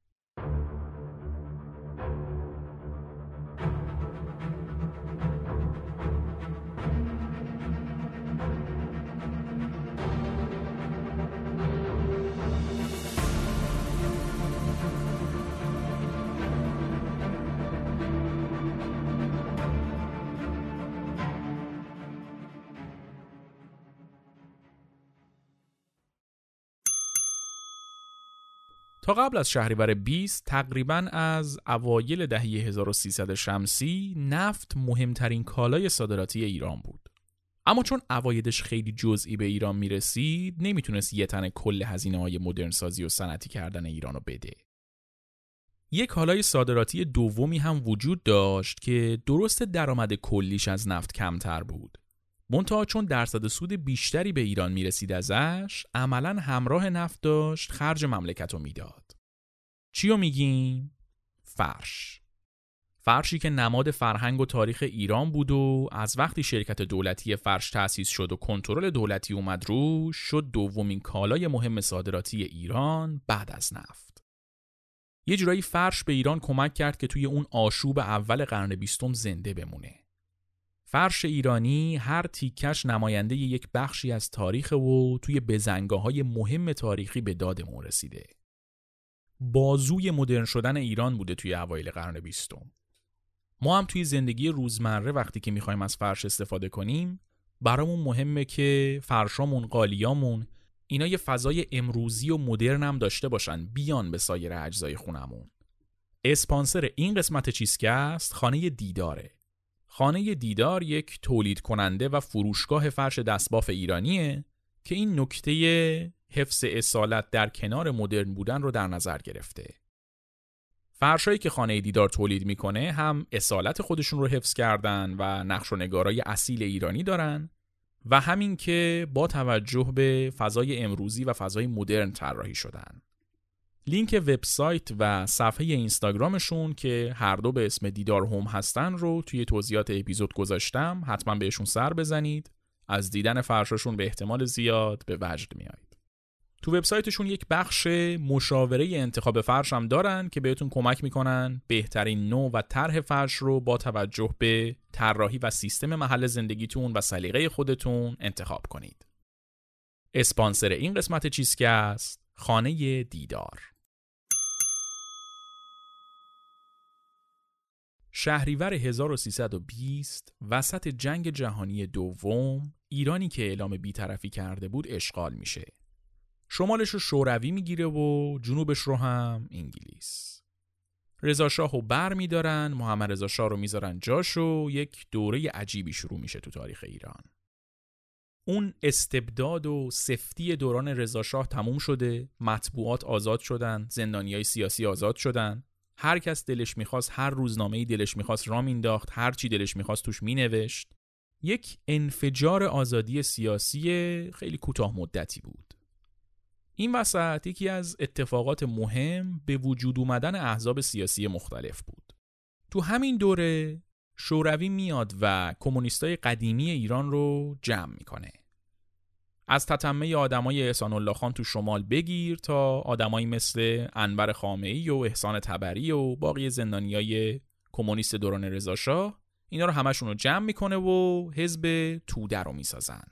تا قبل از شهریور 20 تقریباً از اوایل دهه 1300 شمسی نفت مهمترین کالای صادراتی ایران بود. اما چون عوایدش خیلی جزئی به ایران میرسید، نمیتونست یه تنه کل هزینه‌های مدرن سازی و صنعتی کردن ایرانو بده. یک کالای صادراتی دومی هم وجود داشت که درست درآمد کلیش از نفت کمتر بود. منتها چون درصد سود بیشتری به ایران میرسید ازش، عملاً همراه نفت داشت خرج مملکت رو میداد. چیو میگیم؟ فرش. فرشی که نماد فرهنگ و تاریخ ایران بود و از وقتی شرکت دولتی فرش تأسیس شد و کنترل دولتی اومد روش، شد دومین کالای مهم صادراتی ایران بعد از نفت. یه جورایی فرش به ایران کمک کرد که توی اون آشوب اول قرن 20 زنده بمونه. فرش ایرانی هر تیکش نماینده یک بخشی از تاریخ و توی بزنگاه‌های مهم تاریخی به دادمون رسیده. بازوی مدرن شدن ایران بوده توی اوایل قرن 20. ما هم توی زندگی روزمره وقتی که می‌خوایم از فرش استفاده کنیم، برامون مهمه که فرشامون، قالیامون اینا یه فضای امروزی و مدرن هم داشته باشن بیان به سایر اجزای خونمون. اسپانسر این قسمت چیزکست خانه دیداره. خانه دیدار یک تولید کننده و فروشگاه فرش دستباف ایرانیه که این نکته حفظ اصالت در کنار مدرن بودن رو در نظر گرفته. فرشایی که خانه دیدار تولید میکنه هم اصالت خودشون رو حفظ کردن و نقش و نگارای اصیل ایرانی دارن و همین که با توجه به فضای امروزی و فضای مدرن طراحی شدن. لینک وبسایت و صفحه اینستاگرامشون که هر دو به اسم دیدار هوم هستن رو توی توضیحات اپیزود گذاشتم، حتما بهشون سر بزنید. از دیدن فرشاشون به احتمال زیاد به وجد میایید. تو وبسایتشون یک بخش مشاوره انتخاب فرش هم دارن که بهتون کمک میکنن بهترین نوع و طرح فرش رو با توجه به طراحی و سیستم محل زندگیتون و سلیقه خودتون انتخاب کنید. اسپانسر این قسمت چیزکست خانه دیدار. شهریور 1320 وسط جنگ جهانی دوم، ایرانی که اعلام بی‌طرفی کرده بود اشغال میشه. شمالش رو شوروی میگیره و جنوبش رو هم انگلیس. رضا شاهو برمی‌دارن، محمد رضا شاه رو میذارن جاش و یک دوره عجیبی شروع میشه تو تاریخ ایران. اون استبداد و سفتی دوران رضا شاه تموم شده، مطبوعات آزاد شدن، زندانیای سیاسی آزاد شدن. هر کس دلش میخواست، هر روزنامه‌ای دلش میخواست راه مینداخت، هر چی دلش میخواست توش مینوشت. یک انفجار آزادی سیاسی خیلی کوتاه مدتی بود. این وسط یکی از اتفاقات مهم به وجود اومدن احزاب سیاسی مختلف بود. تو همین دوره شوروی میاد و کمونیستای قدیمی ایران رو جمع میکنه. از تتمه آدمای احسان الله خان تو شمال بگیر تا آدمایی مثل انور خامعه‌ای و احسان طبری و باقی زندانیای کمونیست دوران رضا شاه، اینا رو همشون رو جمع میکنه و حزب توده رو میسازن.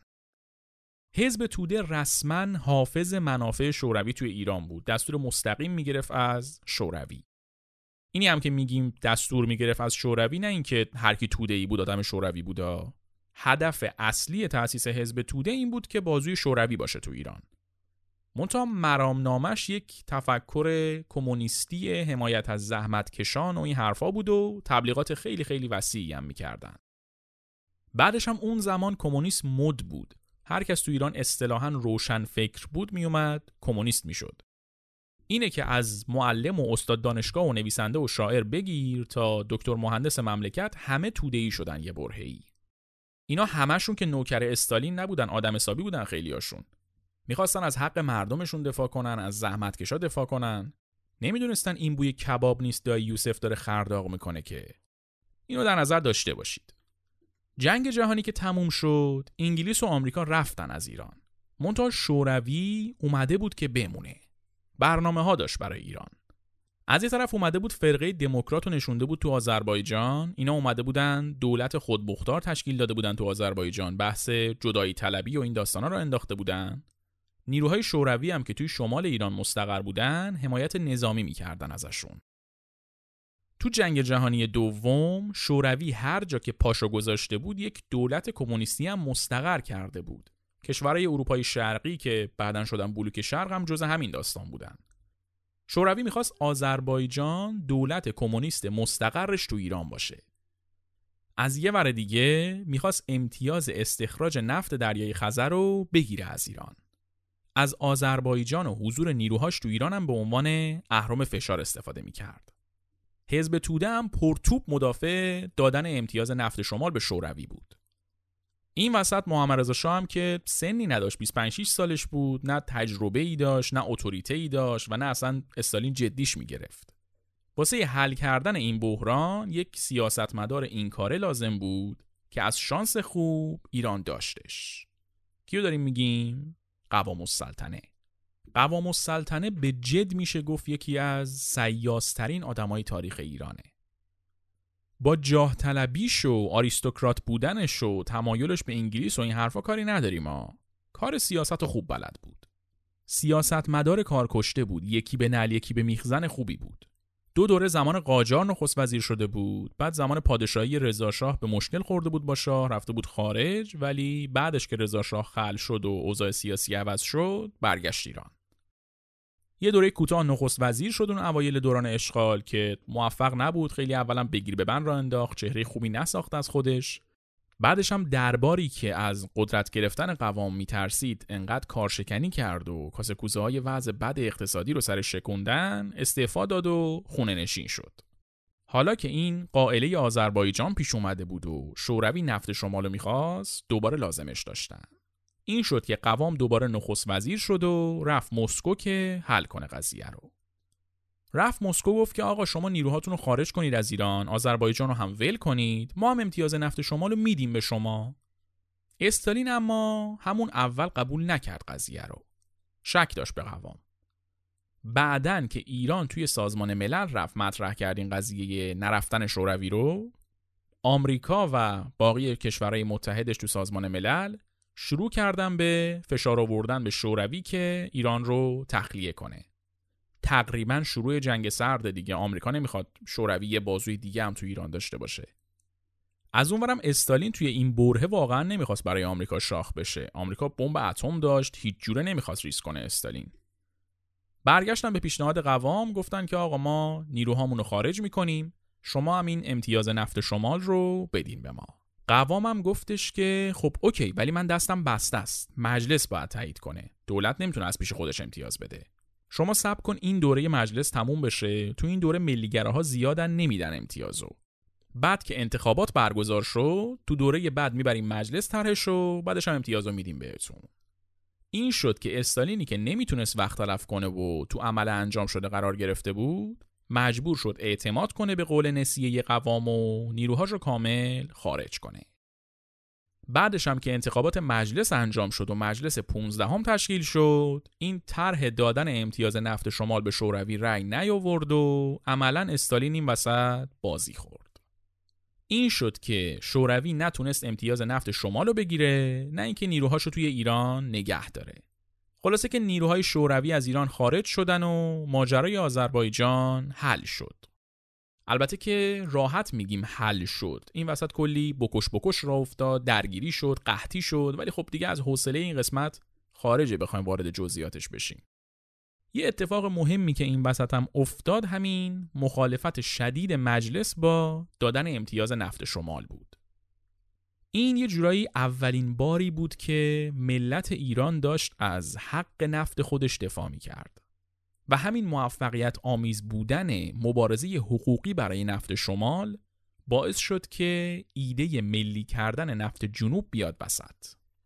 حزب توده رسما حافظ منافع شوروی توی ایران بود. دستور مستقیم میگرفت از شوروی. اینی هم که میگیم دستور میگرفت از شوروی، نه اینکه هر کی توده‌ای بود آدم شوروی بودا. هدف اصلی تأسیس حزب توده این بود که بازوی شوروی باشه تو ایران. منتها مرامنامش یک تفکر کمونیستی حمایت از زحمتکشان و این حرفا بود و تبلیغات خیلی خیلی وسیعی هم میکردن. بعدش هم اون زمان کمونیسم مد بود. هر کس تو ایران اصطلاحاً روشن فکر بود میومد کمونیست میشد. اینه که از معلم و استاد دانشگاه و نویسنده و شاعر بگیر تا دکتر مهندس مملکت همه توده‌ای شدن یه برهه‌ای. اینا همشون که نوکر استالین نبودن، آدم حسابی بودن خیلیاشون. میخواستن از حق مردمشون دفاع کنن، از زحمتکشا دفاع کنن. نمیدونستن این بوی کباب نیست دایی یوسف داره خرداق میکنه که. اینو در نظر داشته باشید. جنگ جهانی که تموم شد، انگلیس و آمریکا رفتن از ایران. منتها شوروی اومده بود که بمونه. برنامه ها داشت برای ایران. از یه طرف اومده بود فرقه دموکرات رو نشونده بود تو آذربایجان. اینا اومده بودن دولت خودمختار تشکیل داده بودن تو آذربایجان. بحث جدایی طلبی و این داستانا رو انداخته بودن. نیروهای شوروی هم که توی شمال ایران مستقر بودن حمایت نظامی میکردن ازشون. تو جنگ جهانی دوم شوروی هر جا که پاشو گذاشته بود یک دولت کمونیستی هم مستقر کرده بود. کشورهای اروپای شرقی که بعداً شدن بلوک شرق هم جزء همین داستان بودن. شوروی میخواست آذربایجان دولت کمونیست مستقرش تو ایران باشه. از یه ور دیگه میخواست امتیاز استخراج نفت دریای خزر رو بگیره از ایران. از آذربایجان و حضور نیروهاش تو ایران هم به عنوان اهرم فشار استفاده میکرد. حزب توده هم پرتوپ مدافع دادن امتیاز نفت شمال به شوروی بود. این وسط محمد رضا شاه هم که سنی نداشت، 25-6 سالش بود، نه تجربه ای داشت، نه اتوریته ای داشت و نه اصلا استالین جدیش میگرفت. واسه حل کردن این بحران یک سیاستمدار این کاره لازم بود که از شانس خوب ایران داشتش. کیو داریم میگیم؟ قوام السلطنه. قوام السلطنه به جد میشه گفت یکی از سیاس‌ترین آدمای تاریخ ایرانه. با جاه طلبیش و آریستوکرات بودنش و تمایلش به انگلیس و این حرفا کاری نداریم ها. کار سیاست خوب بلد بود. سیاستمدار کارکشته بود، یکی به نعل یکی به میخزن خوبی بود. 2 دوره زمان قاجار نخست وزیر شده بود، بعد زمان پادشاهی رضا شاه به مشکل خورده بود با شاه، رفته بود خارج، ولی بعدش که رضا شاه خلع شد و اوضاع سیاسی عوض شد برگشت ایران. یه دوره کوتاه نخست وزیر شد اون اوایل دوران اشغال که موفق نبود، خیلی اولا بگیر ببند را انداخت، چهره خوبی نساخت از خودش. بعدش هم درباری که از قدرت گرفتن قوام میترسید انقدر کارشکنی کرد و کاسه کوزه های وضع بد اقتصادی رو سرش شکوندن، استعفا داد و خونه نشین شد. حالا که این قائله آذربایجان پیش اومده بود و شوروی نفت شمالو میخواست، دوباره لازمش داشتن. این شد که قوام دوباره نخست وزیر شد و رفت مسکو که حل کنه قضیه رو. رفت مسکو گفت که آقا شما نیروهاتون رو خارج کنید از ایران، آذربایجان رو هم ول کنید، ما هم امتیاز نفت شمال رو میدیم به شما. استالین اما همون اول قبول نکرد قضیه رو. شک داشت به قوام. بعدن که ایران توی سازمان ملل رفت مطرح کرد این قضیه نرفتن شوروی رو، آمریکا و باقی کشورهای متحدش تو سازمان ملل شروع کردن به فشار آوردن به شوروی که ایران رو تخلیه کنه. تقریبا شروع جنگ سرد دیگه. آمریکا نمیخواد شوروی یه بازوی دیگه هم تو ایران داشته باشه. از اونورم استالین توی این برهه واقعا نمیخواست برای آمریکا شاخ بشه. آمریکا بمب اتم داشت، هیچ جوره نمیخواست ریسک کنه استالین. برگشتن به پیشنهاد قوام، گفتن که آقا ما نیروهامون رو خارج میکنیم، شما هم این امتیاز نفت شمال رو بدین به ما. قوام هم گفتش که خب اوکی، ولی من دستم بسته است، مجلس باید تایید کنه، دولت نمیتونه از پیش خودش امتیاز بده. شما صبر کن این دوره مجلس تموم بشه، تو این دوره ملیگراها زیادن نمیدن امتیازو. بعد که انتخابات برگزار شد، تو دوره بعد میبریم مجلس طرحش رو، بعدش هم امتیازو میدیم بهتون. این شد که استالینی که نمیتونست وقت تلف کنه و تو عمل انجام شده قرار گرفته بود، مجبور شد اعتماد کنه به قول نسیه قوام و نیروهاش رو کامل خارج کنه. بعدش هم که انتخابات مجلس انجام شد و مجلس 15 تشکیل شد، این طرح دادن امتیاز نفت شمال به شوروی رأی نیاورد و عملاً استالین این وسط بازی خورد. این شد که شوروی نتونست امتیاز نفت شمال رو بگیره، نه اینکه نیروهاشو توی ایران نگه داره. خلاصه که نیروهای شوروی از ایران خارج شدن و ماجرای آذربایجان حل شد. البته که راحت میگیم حل شد، این وسط کلی بکش راه افتاد، درگیری شد، قحطی شد، ولی خب دیگه از حوصله این قسمت خارجه بخوایم وارد جزئیاتش بشیم. یه اتفاق مهمی که این وسط هم افتاد همین مخالفت شدید مجلس با دادن امتیاز نفت شمال بود. این یه جورایی اولین باری بود که ملت ایران داشت از حق نفت خودش دفاع می‌کرد و همین موفقیت آمیز بودن مبارزه حقوقی برای نفت شمال باعث شد که ایده ملی کردن نفت جنوب بیاد وسط.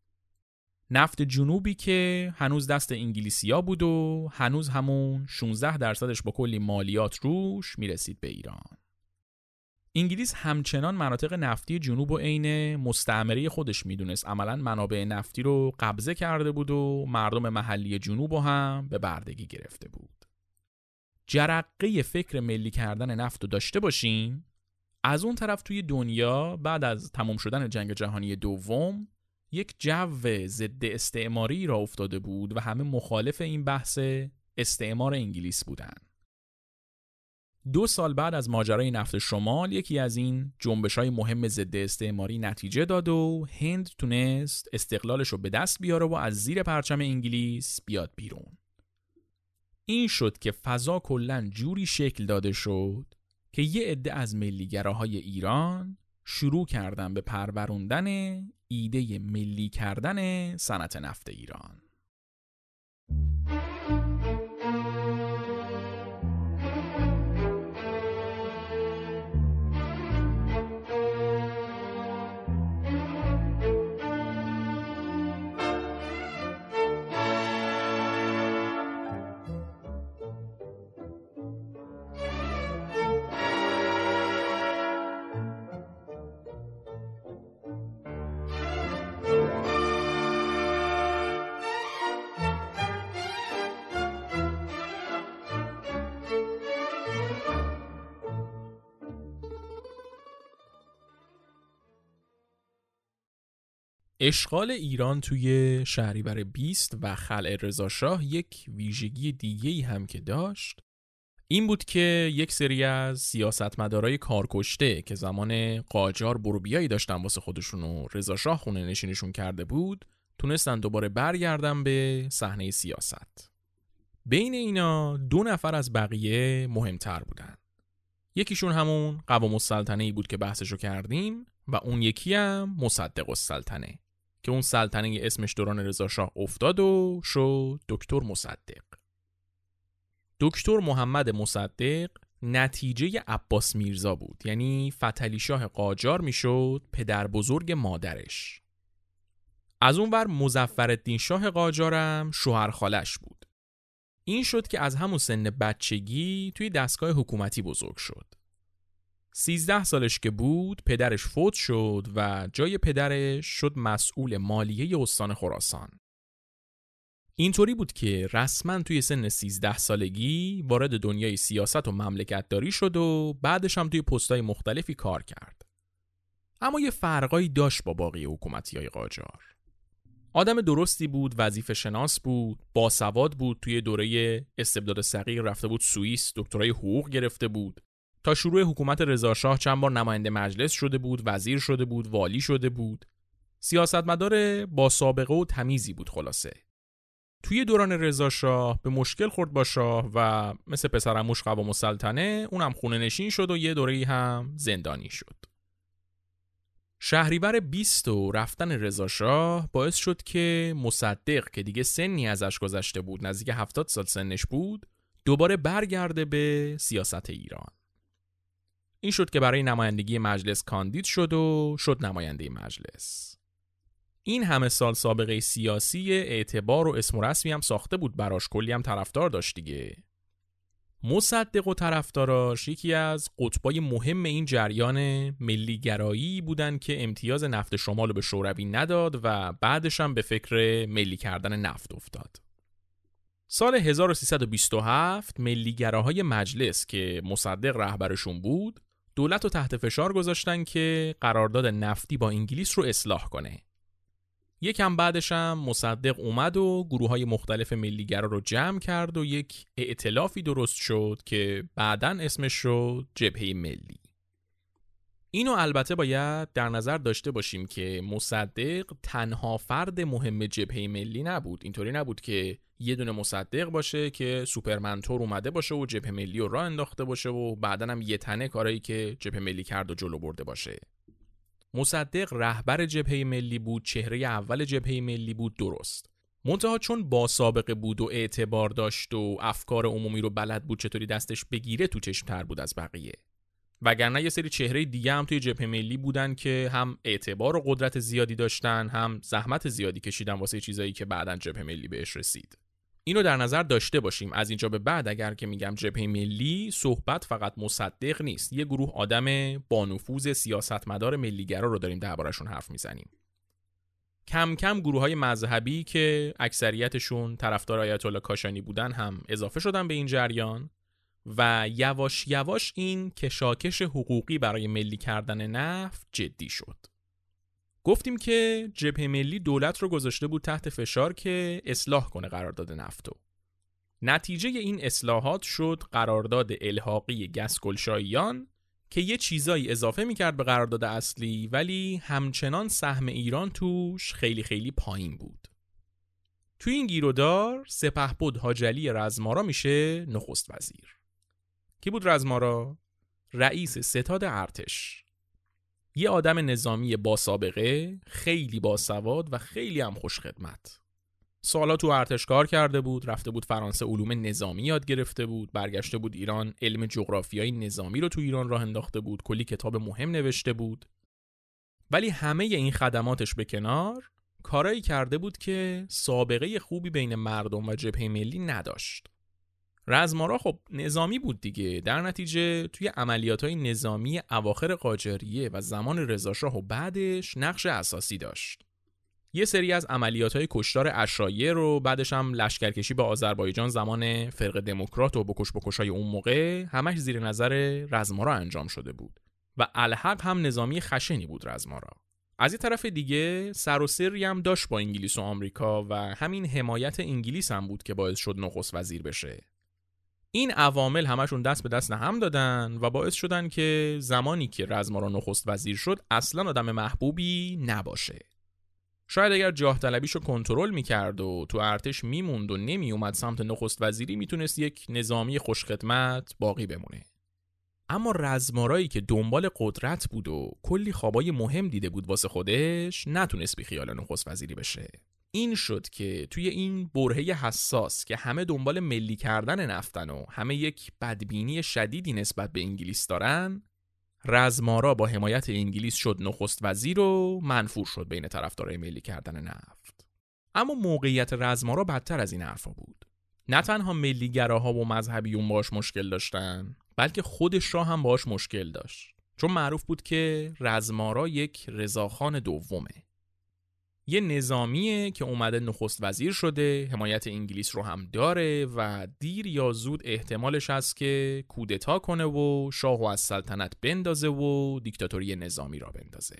نفت جنوبی که هنوز دست انگلیسیا بود و هنوز همون 16% با کلی مالیات روش میرسید به ایران. انگلیس همچنان مناطق نفتی جنوب و عین مستعمره خودش میدونست، عملاً منابع نفتی رو قبضه کرده بود و مردم محلی جنوب هم به بردگی گرفته بود. جرقه فکر ملی کردن نفت رو داشته باشیم، از اون طرف توی دنیا بعد از تمام شدن جنگ جهانی دوم یک جو ضد استعماری را افتاده بود و همه مخالف این بحث استعمار انگلیس بودن. 2 سال بعد از ماجرای نفت شمال یکی از این جنبش‌های مهم ضد استعماری نتیجه داد و هند تونست استقلالش رو به دست بیاره و از زیر پرچم انگلیس بیاد بیرون. این شد که فضا کلاً جوری شکل داده شد که یه عده از ملیگراهای ایران شروع کردن به پروروندن ایده ملی کردن صنعت نفت ایران. اشغال ایران توی شهریور 20 و خلع رضاشاه یک ویژگی دیگه‌ای هم که داشت این بود که یک سری از سیاستمدارای کارکشته که زمان قاجار بروبیایی داشتن واسه خودشون و رضاشاه خونه نشینشون کرده بود تونستن دوباره برگردن به صحنه سیاست. بین اینا 2 نفر از بقیه مهمتر بودن. یکیشون همون قوام السلطنه‌ای بود که بحثشو کردیم و اون یکی هم مصدق السلطنه که اون سلطنه اسمش دوران رضاشاه افتاد و شد دکتر مصدق. دکتر محمد مصدق نتیجه عباس میرزا بود، یعنی فتحعلی شاه قاجار میشد پدر بزرگ مادرش. از اون ور مظفرالدین شاه قاجارم شوهر خالش بود. این شد که از همون سن بچگی توی دستگاه حکومتی بزرگ شد. 13 سالش که بود پدرش فوت شد و جای پدرش شد مسئول مالیه استان خراسان. اینطوری بود که رسما توی سن 13 سالگی وارد دنیای سیاست و مملکتداری شد و بعدش هم توی پست‌های مختلفی کار کرد. اما یه فرقایی داشت با باقی حکومتی‌های قاجار. آدم درستی بود، وظیفه شناس بود، باسواد بود، توی دوره استبداد صغیر رفته بود سوئیس، دکترای حقوق گرفته بود. تا شروع حکومت رضاشاه چند بار نماینده مجلس شده بود، وزیر شده بود، والی شده بود. سیاستمدار با سابقه و تمیزی بود خلاصه. توی دوران رضا شاه به مشکل خورد با شاه و مثل پسرعموش قوام السلطنه اونم خونه نشین شد و یه دوره‌ای هم زندانی شد. شهریور 20 و رفتن رضا شاه باعث شد که مصدق که دیگه سنی ازش گذشته بود، نزدیک 70 سال سنش بود، دوباره برگرده به سیاست ایران. این شد که برای نمایندگی مجلس کاندید شد و شد نماینده مجلس. این همه سال سابقه سیاسی، اعتبار و اسم و رسمی هم ساخته بود براش، کلی هم طرفدار داشت دیگه. مصدق و طرفداراش یکی از قطبای مهم این جریان ملیگرایی بودن که امتیاز نفت شمال رو به شوروی نداد و بعدش هم به فکر ملی کردن نفت افتاد. سال 1327 ملیگراهای مجلس که مصدق رهبرشون بود، دولت رو تحت فشار گذاشتن که قرارداد نفتی با انگلیس رو اصلاح کنه. یکم بعدش هم مصدق اومد و گروه‌های مختلف ملیگرا رو جمع کرد و یک ائتلافی درست شد که بعداً اسمش شد جبهه ملی. اینو البته باید در نظر داشته باشیم که مصدق تنها فرد مهم جبهه ملی نبود. اینطوری نبود که یه دونه مصدق باشه که سوپرمنتور اومده باشه و جبهه ملی رو راه انداخته باشه و بعداً هم یه تنه کارایی که جبهه ملی کرد و جلو برده باشه. مصدق رهبر جبهه ملی بود، چهره اول جبهه ملی بود، درست. منتها چون با سابقه بود و اعتبار داشت و افکار عمومی رو بلد بود چطوری دستش بگیره، تو چشم‌تر بود از بقیه. وگرنه یه سری چهره دیگه هم توی جبهه ملی بودن که هم اعتبار و قدرت زیادی داشتن، هم زحمت زیادی کشیدن واسه چیزایی که بعداً جبهه ملی بهش رسید. اینو در نظر داشته باشیم. از اینجا به بعد اگر که میگم جبهه ملی، صحبت فقط مصدق نیست. یه گروه آدم با نفوذ سیاستمدار ملیگرا رو داریم دربارشون حرف میزنیم. کم کم گروه‌های مذهبی که اکثریتشون طرفدار آیت الله کاشانی بودن هم اضافه شدن به این جریان و یواش یواش این کشاکش حقوقی برای ملی کردن نفت جدی شد. گفتیم که جبهه ملی دولت رو گذاشته بود تحت فشار که اصلاح کنه قرارداد نفتو. نتیجه این اصلاحات شد قرارداد الحاقی گسگلشاهیان که یه چیزایی اضافه میکرد به قرارداد اصلی، ولی همچنان سهم ایران توش خیلی خیلی پایین بود. توی این گیرودار سپهبد حاج علی رزمارا میشه نخست وزیر. کی بود رزمارا؟ رئیس ستاد ارتش. یه آدم نظامی با سابقه، خیلی باسواد و خیلی هم خوش خدمت. سالا تو ارتش کار کرده بود، رفته بود فرانسه علوم نظامی یاد گرفته بود، برگشته بود ایران علم جغرافیای نظامی رو تو ایران راه انداخته بود، کلی کتاب مهم نوشته بود. ولی همه این خدماتش به کنار، کارایی کرده بود که سابقه خوبی بین مردم و جبهه ملی نداشت. رزمارا خب نظامی بود دیگه، در نتیجه توی عملیات‌های نظامی اواخر قاجاریه و زمان رضا شاه و بعدش نقش اساسی داشت. یه سری از عملیات‌های کشتار عشایری رو، بعدش هم لشکرکشی به آذربایجان زمان فرق دموکرات و بکش‌های اون موقع، همش زیر نظر رزمارا انجام شده بود و الحق هم نظامی خشنی بود رزمارا. از یه طرف دیگه سر و سری هم داشت با انگلیس و آمریکا و همین حمایت انگلیس هم بود که باعث شد نخست وزیر بشه. این عوامل همشون دست به دست هم دادن و باعث شدن که زمانی که رزمارا نخست وزیر شد اصلا آدم محبوبی نباشه. شاید اگر جاه طلبیشو کنترل میکرد و تو ارتش میموند و نمیومد سمت نخست وزیری، میتونست یک نظامی خوشخدمت باقی بمونه. اما رزمارایی که دنبال قدرت بود و کلی خوابای مهم دیده بود واسه خودش، نتونست بی خیال نخست وزیری بشه. این شد که توی این برهه حساس که همه دنبال ملی کردن نفتن و همه یک بدبینی شدیدی نسبت به انگلیس دارن، رزمارا با حمایت انگلیس شد نخست وزیر و منفور شد بین طرفدارای ملی کردن نفت. اما موقعیت رزمارا بدتر از این حرفا بود. نه تنها ملیگراها و مذهبیون باش مشکل داشتن، بلکه خود شاه هم باش مشکل داشت، چون معروف بود که رزمارا یک رضاخان دومه. یه نظامیه که اومده نخست وزیر شده، حمایت انگلیس رو هم داره و دیر یا زود احتمالش هست که کودتا کنه و شاهو از سلطنت بندازه و دیکتاتوری نظامی را بندازه.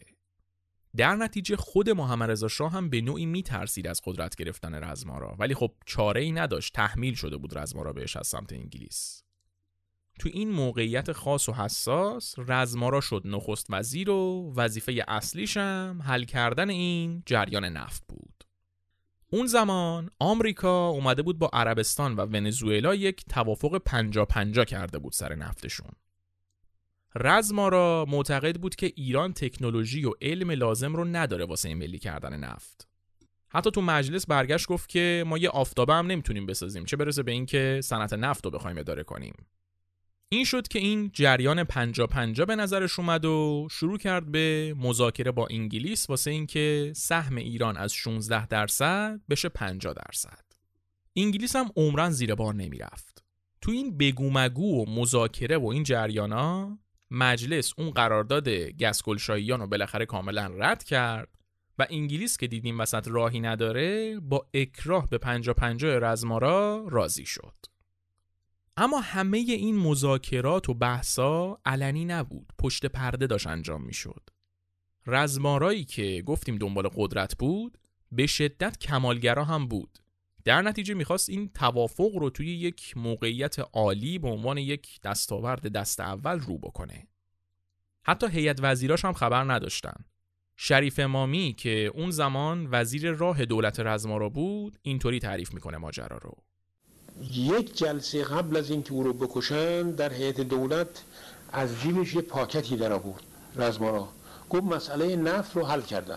در نتیجه خود محمد رضا شاه هم به نوعی میترسید از قدرت گرفتن رزمارا، ولی خب چاره‌ای نداشت، تحمیل شده بود رزمارا بهش از سمت انگلیس. تو این موقعیت خاص و حساس رزمارا شد نخست وزیر و وظیفه اصلیش هم حل کردن این جریان نفت بود. اون زمان آمریکا اومده بود با عربستان و ونزوئلا یک توافق 50-50 کرده بود سر نفتشون. رزمارا معتقد بود که ایران تکنولوژی و علم لازم رو نداره واسه ملی کردن نفت. حتی تو مجلس برگشت گفت که ما یه آفتابه هم نمیتونیم بسازیم، چه برسه به این که صنعت نفت رو بخوایم اداره کنیم. این شد که این جریان 50-50 به نظرش اومد و شروع کرد به مذاکره با انگلیس واسه این که سهم ایران از 16% بشه 50%. انگلیس هم عمرن زیر بار نمیرفت. تو این بگو مگو و مذاکره و این جریانا مجلس اون قرارداد گسکلشاهیان رو بالاخره کاملا رد کرد و انگلیس که دیدیم وسط راهی نداره با اکراه به 50-50 رزمارا راضی شد. اما همه این مذاکرات و بحثا علنی نبود، پشت پرده داشت انجام می شد. رزمارایی که گفتیم دنبال قدرت بود به شدت کمالگرا هم بود. در نتیجه میخواست این توافق رو توی یک موقعیت عالی به عنوان یک دستاورد دست اول رو بکنه. حتی هیئت وزیراش هم خبر نداشتن. شریف امامی که اون زمان وزیر راه دولت رزمارا بود اینطوری تعریف میکنه ماجرا رو. یک جلسه قبل از اینکه او رو بکشن در هیئت دولت از جیبش یه پاکتی در آورد رزمارا، گفت مسئله نفت رو حل کردم،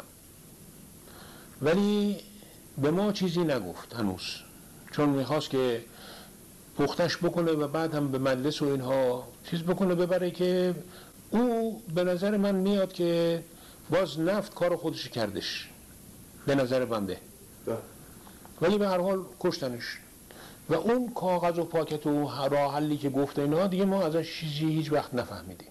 ولی به ما چیزی نگفت هنوز، چون میخواست که پختش بکنه و بعد هم به مجلس و اینها چیز بکنه ببره، که او به نظر من میاد که باز نفت کار خودش کردش به نظر بنده، ولی به هر حال کشتنش. و اون کاغذ و پاکت و راه حلی که گفته اینا دیگه ما ازش چیزی هیچ وقت نفهمیدیم.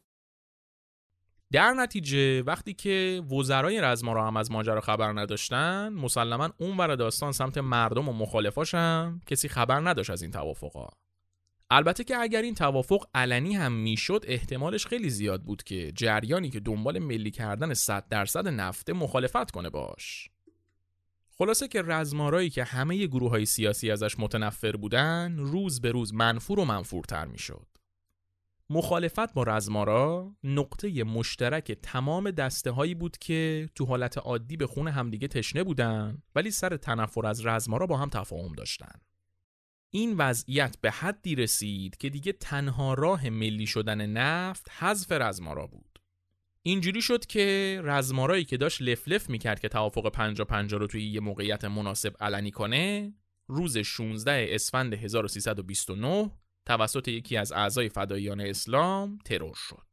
در نتیجه وقتی که وزرای رزمارا هم از ماجرا خبر نداشتن، مسلماً اون ور داستان سمت مردم و مخالفاش هم کسی خبر نداشت از این توافقا. البته که اگر این توافق علنی هم میشد احتمالش خیلی زیاد بود که جریانی که دنبال ملی کردن 100% نفت مخالفت کنه باش. خلاصه که رزمارایی که همه گروه‌های سیاسی ازش متنفر بودن روز به روز منفور و منفورتر میشد. مخالفت با رزمارا نقطه مشترک تمام دسته‌هایی بود که تو حالت عادی به خون همدیگه تشنه بودن ولی سر تنفر از رزمارا با هم تفاهم داشتن. این وضعیت به حدی رسید که دیگه تنها راه ملی شدن نفت حذف رزمارا بود. اینجوری شد که رزمارایی که داشت لفلف میکرد که توافق 50-50 رو توی یه موقعیت مناسب علنی کنه، روز 16 اسفند 1329 توسط یکی از اعضای فداییان اسلام ترور شد.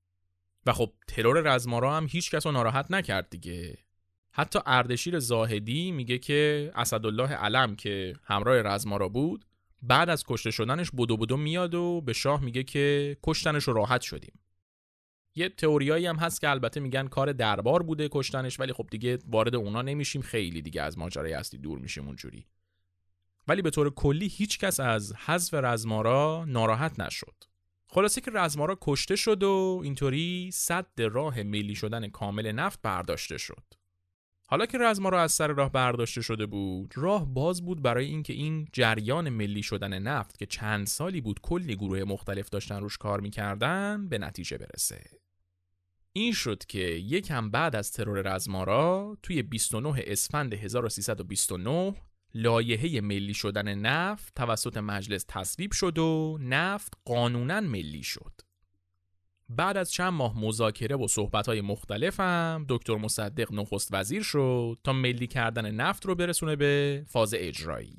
و خب ترور رزمارا هم هیچ کس رو ناراحت نکرد دیگه. حتی اردشیر زاهدی میگه که اسدالله علم که همراه رزمارا بود بعد از کشته شدنش بدو میاد و به شاه میگه که کشتنش رو راحت شدیم. یه تئوریایی هم هست که البته میگن کار دربار بوده کشتنش، ولی خب دیگه وارد اونا نمیشیم، خیلی دیگه از ماجرای اصلی دور میشیم اونجوری. ولی به طور کلی هیچ کس از حذف رزمارا ناراحت نشد. خلاصه که رزمارا کشته شد و اینطوری سد راه ملی شدن کامل نفت برداشته شد. حالا که رزمارا از سر راه برداشته شده بود، راه باز بود برای اینکه این جریان ملی شدن نفت که چند سالی بود کلی گروه مختلف داشتن روش کار میکردن به نتیجه برسه. این شد که یکم بعد از ترور رزمارا توی 29 اسفند 1329 لایحه ملی شدن نفت توسط مجلس تصویب شد و نفت قانوناً ملی شد. بعد از چند ماه مذاکره و صحبت‌های مختلف هم دکتر مصدق نخست وزیر شد تا ملی کردن نفت رو برسونه به فاز اجرایی.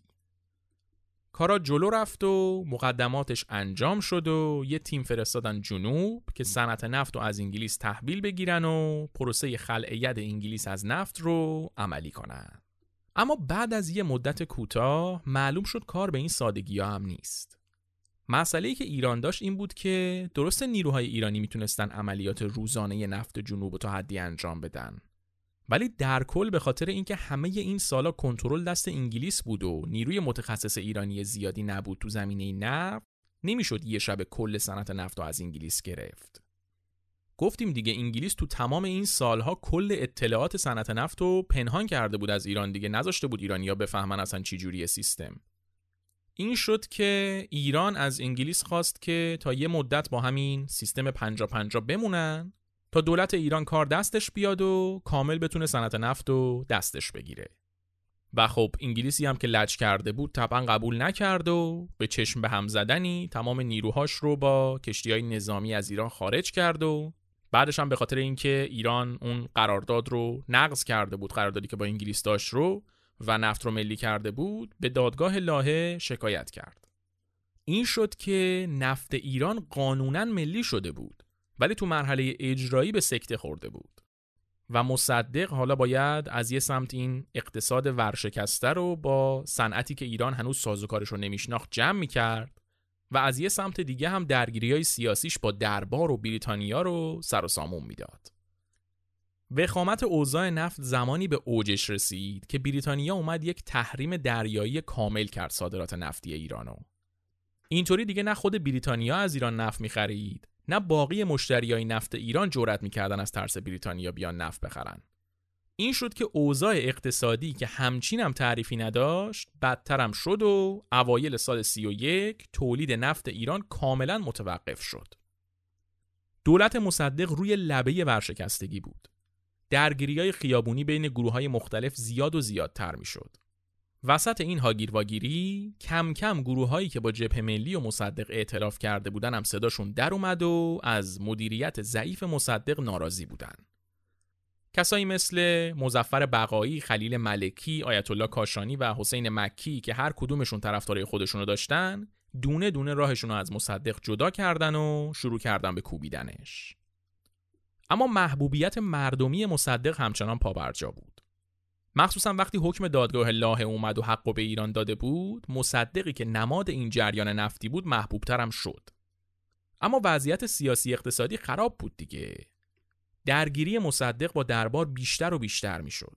کارا جلو رفت و مقدماتش انجام شد و یه تیم فرستادن جنوب که صنعت نفت رو از انگلیس تحویل بگیرن و پروسه خلع ید انگلیس از نفت رو عملی کنن. اما بعد از یه مدت کوتاه معلوم شد کار به این سادگی‌ها هم نیست. مسئله‌ای که ایران داشت این بود که درست نیروهای ایرانی میتونستن عملیات روزانه نفت جنوب تا حدی انجام بدن، ولی در کل به خاطر اینکه همه این سالا کنترل دست انگلیس بود و نیروی متخصص ایرانی زیادی نبود تو زمینه نفت، نمیشد یه شب کل صنعت نفت رو از انگلیس گرفت. گفتیم دیگه انگلیس تو تمام این سالها کل اطلاعات صنعت نفت رو پنهان کرده بود از ایران دیگه، نذاشته بود ایرانی‌ها بفهمن اصلا چی جوریه سیستم. این شد که ایران از انگلیس خواست که تا یه مدت با همین سیستم 50-50 بمونن تا دولت ایران کار دستش بیاد و کامل بتونه صنعت نفت رو دستش بگیره. و خب انگلیسی هم که لج کرده بود طبعا قبول نکرد و به چشم به هم زدنی تمام نیروهاش رو با کشتی‌های نظامی از ایران خارج کرد و بعدش هم به خاطر اینکه ایران اون قرارداد رو نقض کرده بود، قراردادی که با انگلیس داشت رو و نفت رو ملی کرده بود، به دادگاه لاهه شکایت کرد. این شد که نفت ایران قانوناً ملی شده بود ولی تو مرحله اجرایی به سکته خورده بود و مصدق حالا باید از یه سمت این اقتصاد ورشکسته رو با صنعتی که ایران هنوز سازوکارش رو نمیشناخت جمع میکرد و از یه سمت دیگه هم درگیری‌های سیاسیش با دربار و بریتانیا رو سر و سامون میداد. وخامت اوضاع نفت زمانی به اوجش رسید که بریتانیا اومد یک تحریم دریایی کامل کرد صادرات نفتی ایرانو. اینطوری دیگه نه خود بریتانیا از ایران نفت می‌خرید، نه باقی مشتریای نفت ایران جرئت می‌کردن از ترس بریتانیا بیان نفت بخرن. این شد که اوضاع اقتصادی که همچین هم تعریفی نداشت بدتر هم شد و اوایل سال 31 تولید نفت ایران کاملا متوقف شد. دولت مصدق روی لبه ورشکستگی بود. درگیری‌های خیابونی بین گروه‌های مختلف زیاد و زیادتر می‌شد. وسط این هاگیرواگیری کم کم گروه‌هایی که با جبهه ملی و مصدق ائتلاف کرده بودن هم صداشون در اومد و از مدیریت ضعیف مصدق ناراضی بودن. کسایی مثل مظفر بقایی، خلیل ملکی، آیت الله کاشانی و حسین مکی که هر کدومشون طرفدارای خودشونو داشتن، دونه دونه راهشونو از مصدق جدا کردن و شروع کردن به کوبیدنش. اما محبوبیت مردمی مصدق همچنان پابرجا بود. مخصوصا وقتی حکم دادگاه لاهه اومد و حقو به ایران داده بود، مصدقی که نماد این جریان نفتی بود محبوبترم شد. اما وضعیت سیاسی اقتصادی خراب بود دیگه. درگیری مصدق با دربار بیشتر و بیشتر میشد.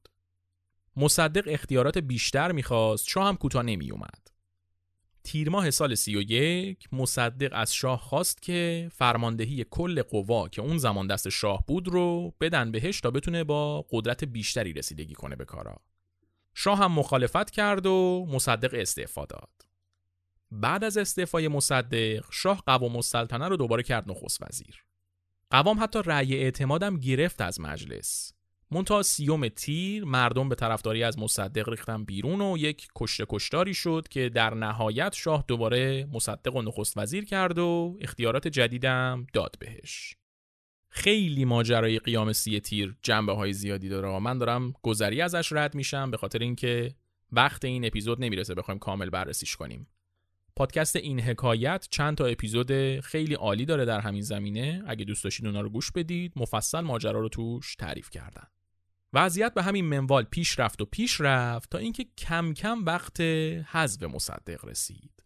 مصدق اختیارات بیشتر میخواست، شاه هم کوتاه نمی اومد. تیر ماه سال 31 مصدق از شاه خواست که فرماندهی کل قوا که اون زمان دست شاه بود رو بدن بهش تا بتونه با قدرت بیشتری رسیدگی کنه به کارا. شاه هم مخالفت کرد و مصدق استعفا داد. بعد از استعفای مصدق شاه قوام السلطنه رو دوباره کرد نخست وزیر. قوام حتی رأی اعتمادم گرفت از مجلس. منتها 30 تیر مردم به طرفداری از مصدق ریختن بیرون و یک کشته کشتاری شد که در نهایت شاه دوباره مصدق و نخست وزیر کرد و اختیارات جدیدم داد بهش. خیلی ماجرای قیام 30 تیر جنبه‌های زیادی داره. من دارم گذری ازش رد میشم به خاطر اینکه وقت این اپیزود نمیرسه بخوایم کامل بررسیش کنیم. پادکست این حکایت چند تا اپیزود خیلی عالی داره در همین زمینه. اگه دوست داشتید اونا رو گوش بدید، مفصل ماجرا رو توش تعریف کردن. وضعیت به همین منوال پیش رفت تا اینکه کم کم وقت حذف مصدق رسید.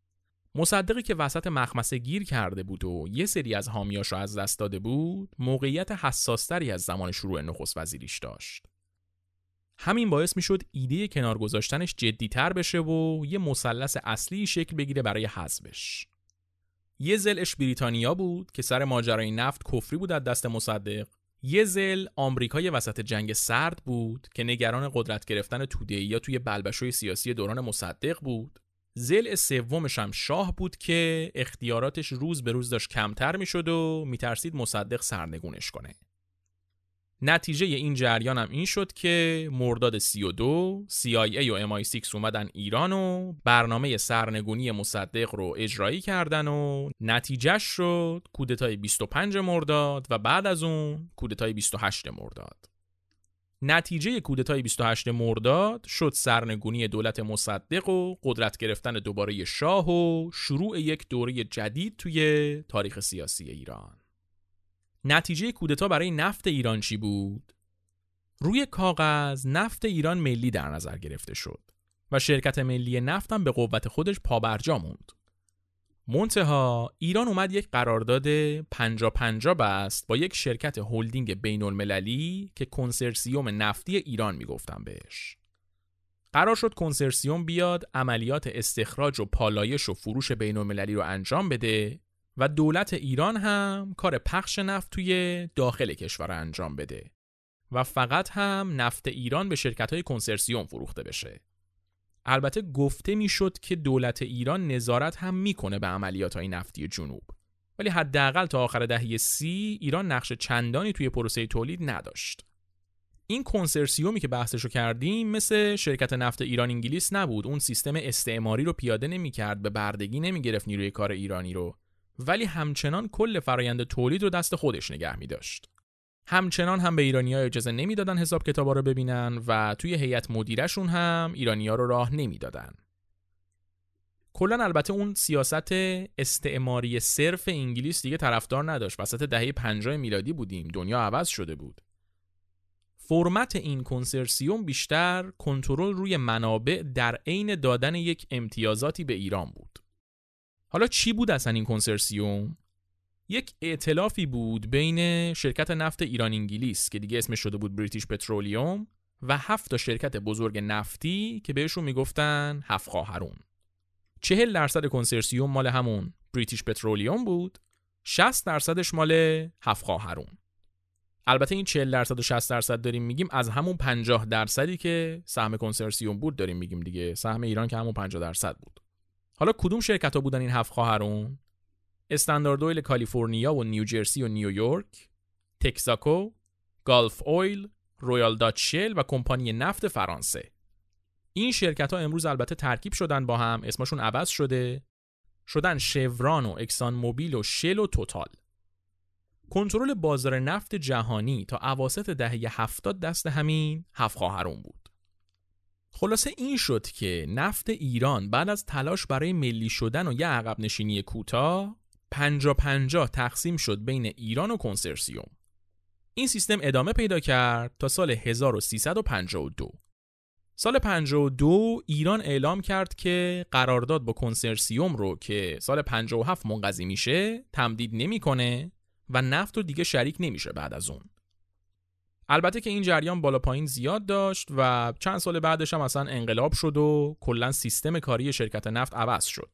مصدقی که وسط مخمسه گیر کرده بود و یه سری از حامیاشو از دست داده بود، موقعیت حساستری از زمان شروع نخست وزیریش داشت. همین باعث میشد ایده کنار گذاشتنش جدی‌تر بشه و یه مثلث اصلی شکل بگیره برای حذفش. یه ضلعش بریتانیا بود که سر ماجرای نفت کفری بود از دست مصدق. یه ضلع آمریکای وسط جنگ سرد بود که نگران قدرت گرفتن توده‌ای‌ها توی بلبشوی سیاسی دوران مصدق بود. ضلع سومش هم شاه بود که اختیاراتش روز به روز داشت کمتر میشد و میترسید مصدق سرنگونش کنه. نتیجه این جریان هم این شد که مرداد 32 CIA و MI6 اومدن ایران و برنامه سرنگونی مصدق رو اجرایی کردن و نتیجهش شد کودتای 25 مرداد و بعد از اون کودتای 28 مرداد. نتیجه کودتای 28 مرداد شد سرنگونی دولت مصدق و قدرت گرفتن دوباره شاه و شروع یک دوره جدید توی تاریخ سیاسی ایران. نتیجه کودتا برای نفت ایران چی بود؟ روی کاغذ نفت ایران ملی در نظر گرفته شد و شرکت ملی نفت هم به قوت خودش پابرجا موند. منتها ایران اومد یک قرارداد 50-50 بست با یک شرکت هلدینگ بین المللی که کنسرسیوم نفتی ایران میگفتن بهش. قرار شد کنسرسیوم بیاد عملیات استخراج و پالایش و فروش بین المللی رو انجام بده و دولت ایران هم کار پخش نفت توی داخل کشور انجام بده و فقط هم نفت ایران به شرکت‌های کنسرسیوم فروخته بشه. البته گفته میشد که دولت ایران نظارت هم میکنه به عملیات‌های نفتی جنوب، ولی حداقل تا آخر دهه 30 ایران نقش چندانی توی پروسه تولید نداشت. این کنسرسیومی که بحثشو کردیم مثل شرکت نفت ایران انگلیس نبود. اون سیستم استعماری رو پیاده نمی‌کرد، به بردگی نمی‌گرفت نیروی کار ایرانی رو، ولی همچنان کل فرآیند تولید رو دست خودش نگه می‌داشت. همچنان هم به ایرانی‌ها اجازه نمیدادن حساب کتابا رو ببینن و توی هیئت مدیره‌شون هم ایرانی‌ها رو راه نمیدادن. کلاً البته اون سیاست استعماری صرف انگلیس دیگه طرفدار نداشت. وسط دهه 50 میلادی بودیم، دنیا عوض شده بود. فرمت این کنسرسیوم بیشتر کنترل روی منابع در عین دادن یک امتیازاتی به ایران بود. حالا چی بود اصلا این کنسرسیوم؟ یک ائتلافی بود بین شرکت نفت ایران انگلیس که دیگه اسمش شده بود بریتیش پترولیوم و 7 شرکت بزرگ نفتی که بهشون میگفتن 7 خواهرون. 40% کنسرسیوم مال همون بریتیش پترولیوم بود، 60% مال 7 خواهرون. البته این 40% و 60% داریم میگیم از همون 50% که سهم کنسرسیوم بود داریم میگیم دیگه. سهم ایران که همون 50% بود. حالا کدوم شرکت ها بودن این 7 خواهرون؟ استاندارد اویل کالیفرنیا و نیوجرسی و نیویورک، تکساکو، گالف اویل، رویال داچ شل و کمپانی نفت فرانسه. این شرکت ها امروز البته ترکیب شدن با هم، اسمشون عوض شدن شورون و اکسان موبیل و شل و توتال. کنترل بازار نفت جهانی تا اواسط دهه 70 دست همین 7 خواهرون بود. خلاصه این شد که نفت ایران بعد از تلاش برای ملی شدن و یه عقب نشینی کوتاه 50-50 تقسیم شد بین ایران و کنسرسیوم. این سیستم ادامه پیدا کرد تا سال 1352. سال 52 ایران اعلام کرد که قرارداد با کنسرسیوم رو که سال 57 منقضی میشه تمدید نمیکنه و نفت رو دیگه شریک نمیشه بعد از اون. البته که این جریان بالا پایین زیاد داشت و چند سال بعدش هم اصلا انقلاب شد و کلاً سیستم کاری شرکت نفت عوض شد.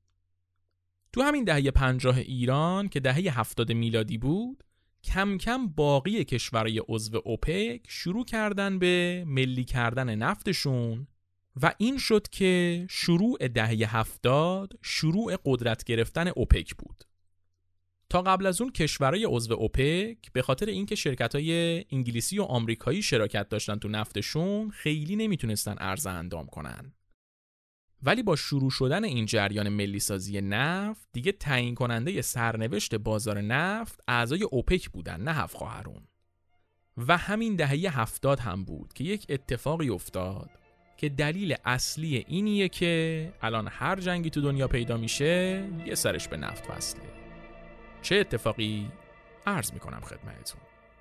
تو همین دهه 50 ایران که دهه 70 میلادی بود، کم کم باقی کشورهای عضو اوپک شروع کردن به ملی کردن نفتشون و این شد که شروع دهه 70 شروع قدرت گرفتن اوپک بود. تا قبل از اون کشورهای عضو اوپک به خاطر اینکه شرکت‌های انگلیسی و آمریکایی شراکت داشتن تو نفتشون خیلی نمیتونستن عرضه اندام کنن. ولی با شروع شدن این جریان ملی سازی نفت دیگه تعیین کننده سرنوشت بازار نفت اعضای اوپک بودن، نه 7 خواهرون. و همین دهه 70 هم بود که یک اتفاقی افتاد که دلیل اصلی اینیه که الان هر جنگی تو دنیا پیدا میشه یه سرش به نفت وصله. چه اتفاقی؟ عرض میکنم خدمتتون.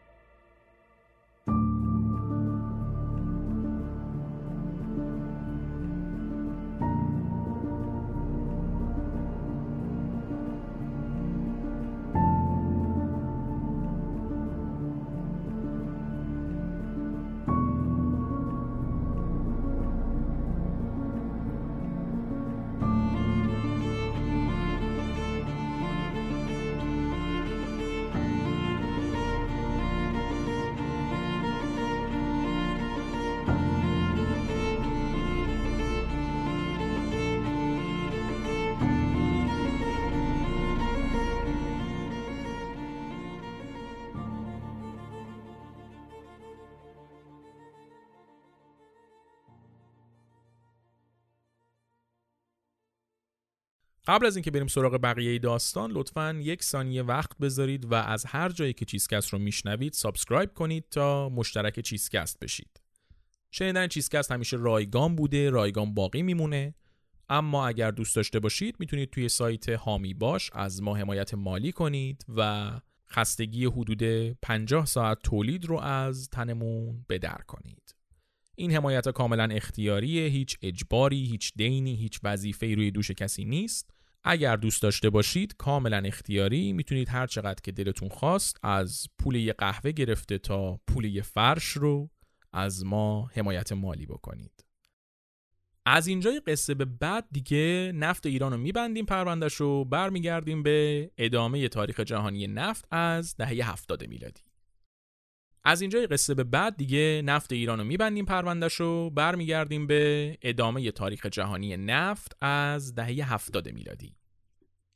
قبل از اینکه بریم سراغ بقیه داستان لطفاً 1 ثانیه وقت بذارید و از هر جایی که چیزکست رو میشنوید سابسکرایب کنید تا مشترک چیزکست بشید. شنیدن چیزکست همیشه رایگان بوده، رایگان باقی میمونه، اما اگر دوست داشته باشید میتونید توی سایت هامی باش از ما حمایت مالی کنید و خستگی حدود 50 ساعت تولید رو از تنمون بدر کنید. این حمایت کاملا اختیاریه، هیچ اجباری، هیچ دینی، هیچ وظیفه‌ای روی دوش کسی نیست. اگر دوست داشته باشید کاملا اختیاری میتونید هر چقدر که دلتون خواست از پول یه قهوه گرفته تا پول یه فرش رو از ما حمایت مالی بکنید. از اینجای قصه به بعد دیگه نفت ایران رو میبندیم پروندهش رو، برمیگردیم به ادامه تاریخ جهانی نفت از دهه 70 میلادی. از اینجای قصه به بعد دیگه نفت ایران رو میبندیم پروندهش رو، برمیگردیم به ادامه تاریخ جهانی نفت از دهه 70 میلادی.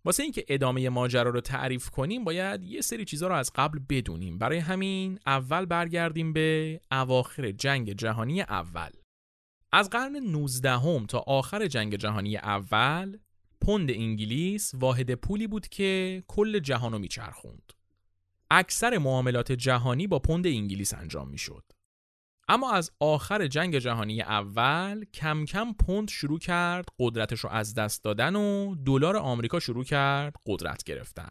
واسه اینکه ادامه ماجرا رو تعریف کنیم باید یه سری چیزا رو از قبل بدونیم. برای همین اول برگردیم به اواخر جنگ جهانی اول. از قرن 19 تا آخر جنگ جهانی اول پوند انگلیس واحد پولی بود که کل جهان رو میچرخوند. اکثر معاملات جهانی با پوند انگلیس انجام میشد. اما از آخر جنگ جهانی اول کم کم پوند شروع کرد قدرتش رو از دست دادن و دلار آمریکا شروع کرد قدرت گرفتن.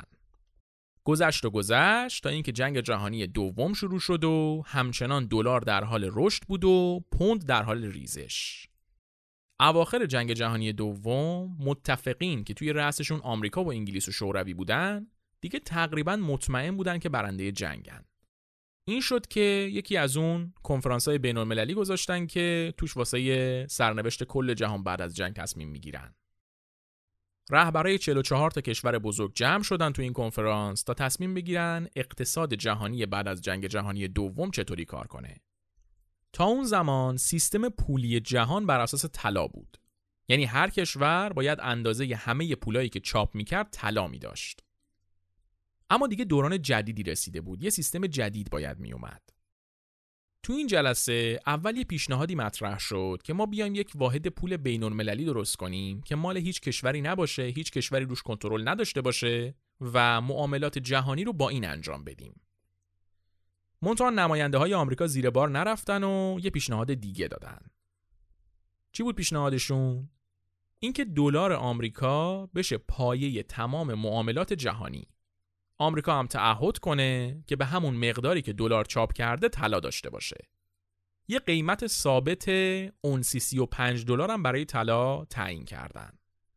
گذشت تا اینکه جنگ جهانی دوم شروع شد و همچنان دلار در حال رشد بود و پوند در حال ریزش. اواخر جنگ جهانی دوم متفقین که توی رأسشون آمریکا و انگلیس و شوروی بودن دیگه تقریباً مطمئن بودن که برنده جنگن. این شد که یکی از اون کنفرانس‌های بین‌المللی گذاشتن که توش واسه سرنوشت کل جهان بعد از جنگ تصمیم میگیرن. رهبرای 44 تا کشور بزرگ جمع شدن تو این کنفرانس تا تصمیم بگیرن اقتصاد جهانی بعد از جنگ جهانی دوم چطوری کار کنه. تا اون زمان سیستم پولی جهان بر اساس طلا بود. یعنی هر کشور باید اندازه همه پولایی که چاپ میکرد طلا میداشت. اما دیگه دوران جدیدی رسیده بود. یه سیستم جدید باید میومد. تو این جلسه اول یه پیشنهادی مطرح شد که ما بیایم یک واحد پول بین‌المللی درست کنیم که مال هیچ کشوری نباشه، هیچ کشوری روش کنترل نداشته باشه و معاملات جهانی رو با این انجام بدیم. منتها نماینده‌های آمریکا زیر بار نرفتن و یه پیشنهاد دیگه دادن. چی بود پیشنهادشون؟ اینکه دلار آمریکا بشه پایه تمام معاملات جهانی. آمریکا هم تعهد کنه که به همون مقداری که دلار چاپ کرده طلا داشته باشه. یه قیمت ثابت اونسی $35 هم برای طلا تعیین کردن.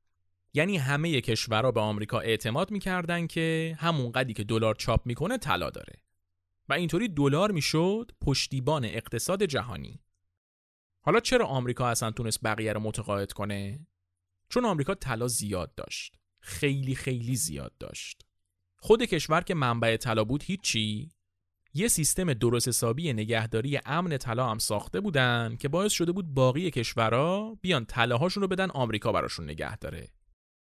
یعنی همه کشورها به آمریکا اعتماد می‌کردن که همون قدری که دلار چاپ میکنه طلا داره. و اینطوری دلار میشد پشتیبان اقتصاد جهانی. حالا چرا آمریکا اصلا تونست بقیه رو متقاعد کنه؟ چون آمریکا طلا زیاد داشت. خیلی خیلی زیاد داشت. خود کشور که منبع طلا بود هیچی، یه سیستم درست حسابی نگهداری امن طلا هم ساخته بودن که باعث شده بود باقی کشورها بیان طلاهاشون رو بدن آمریکا براشون نگه داره.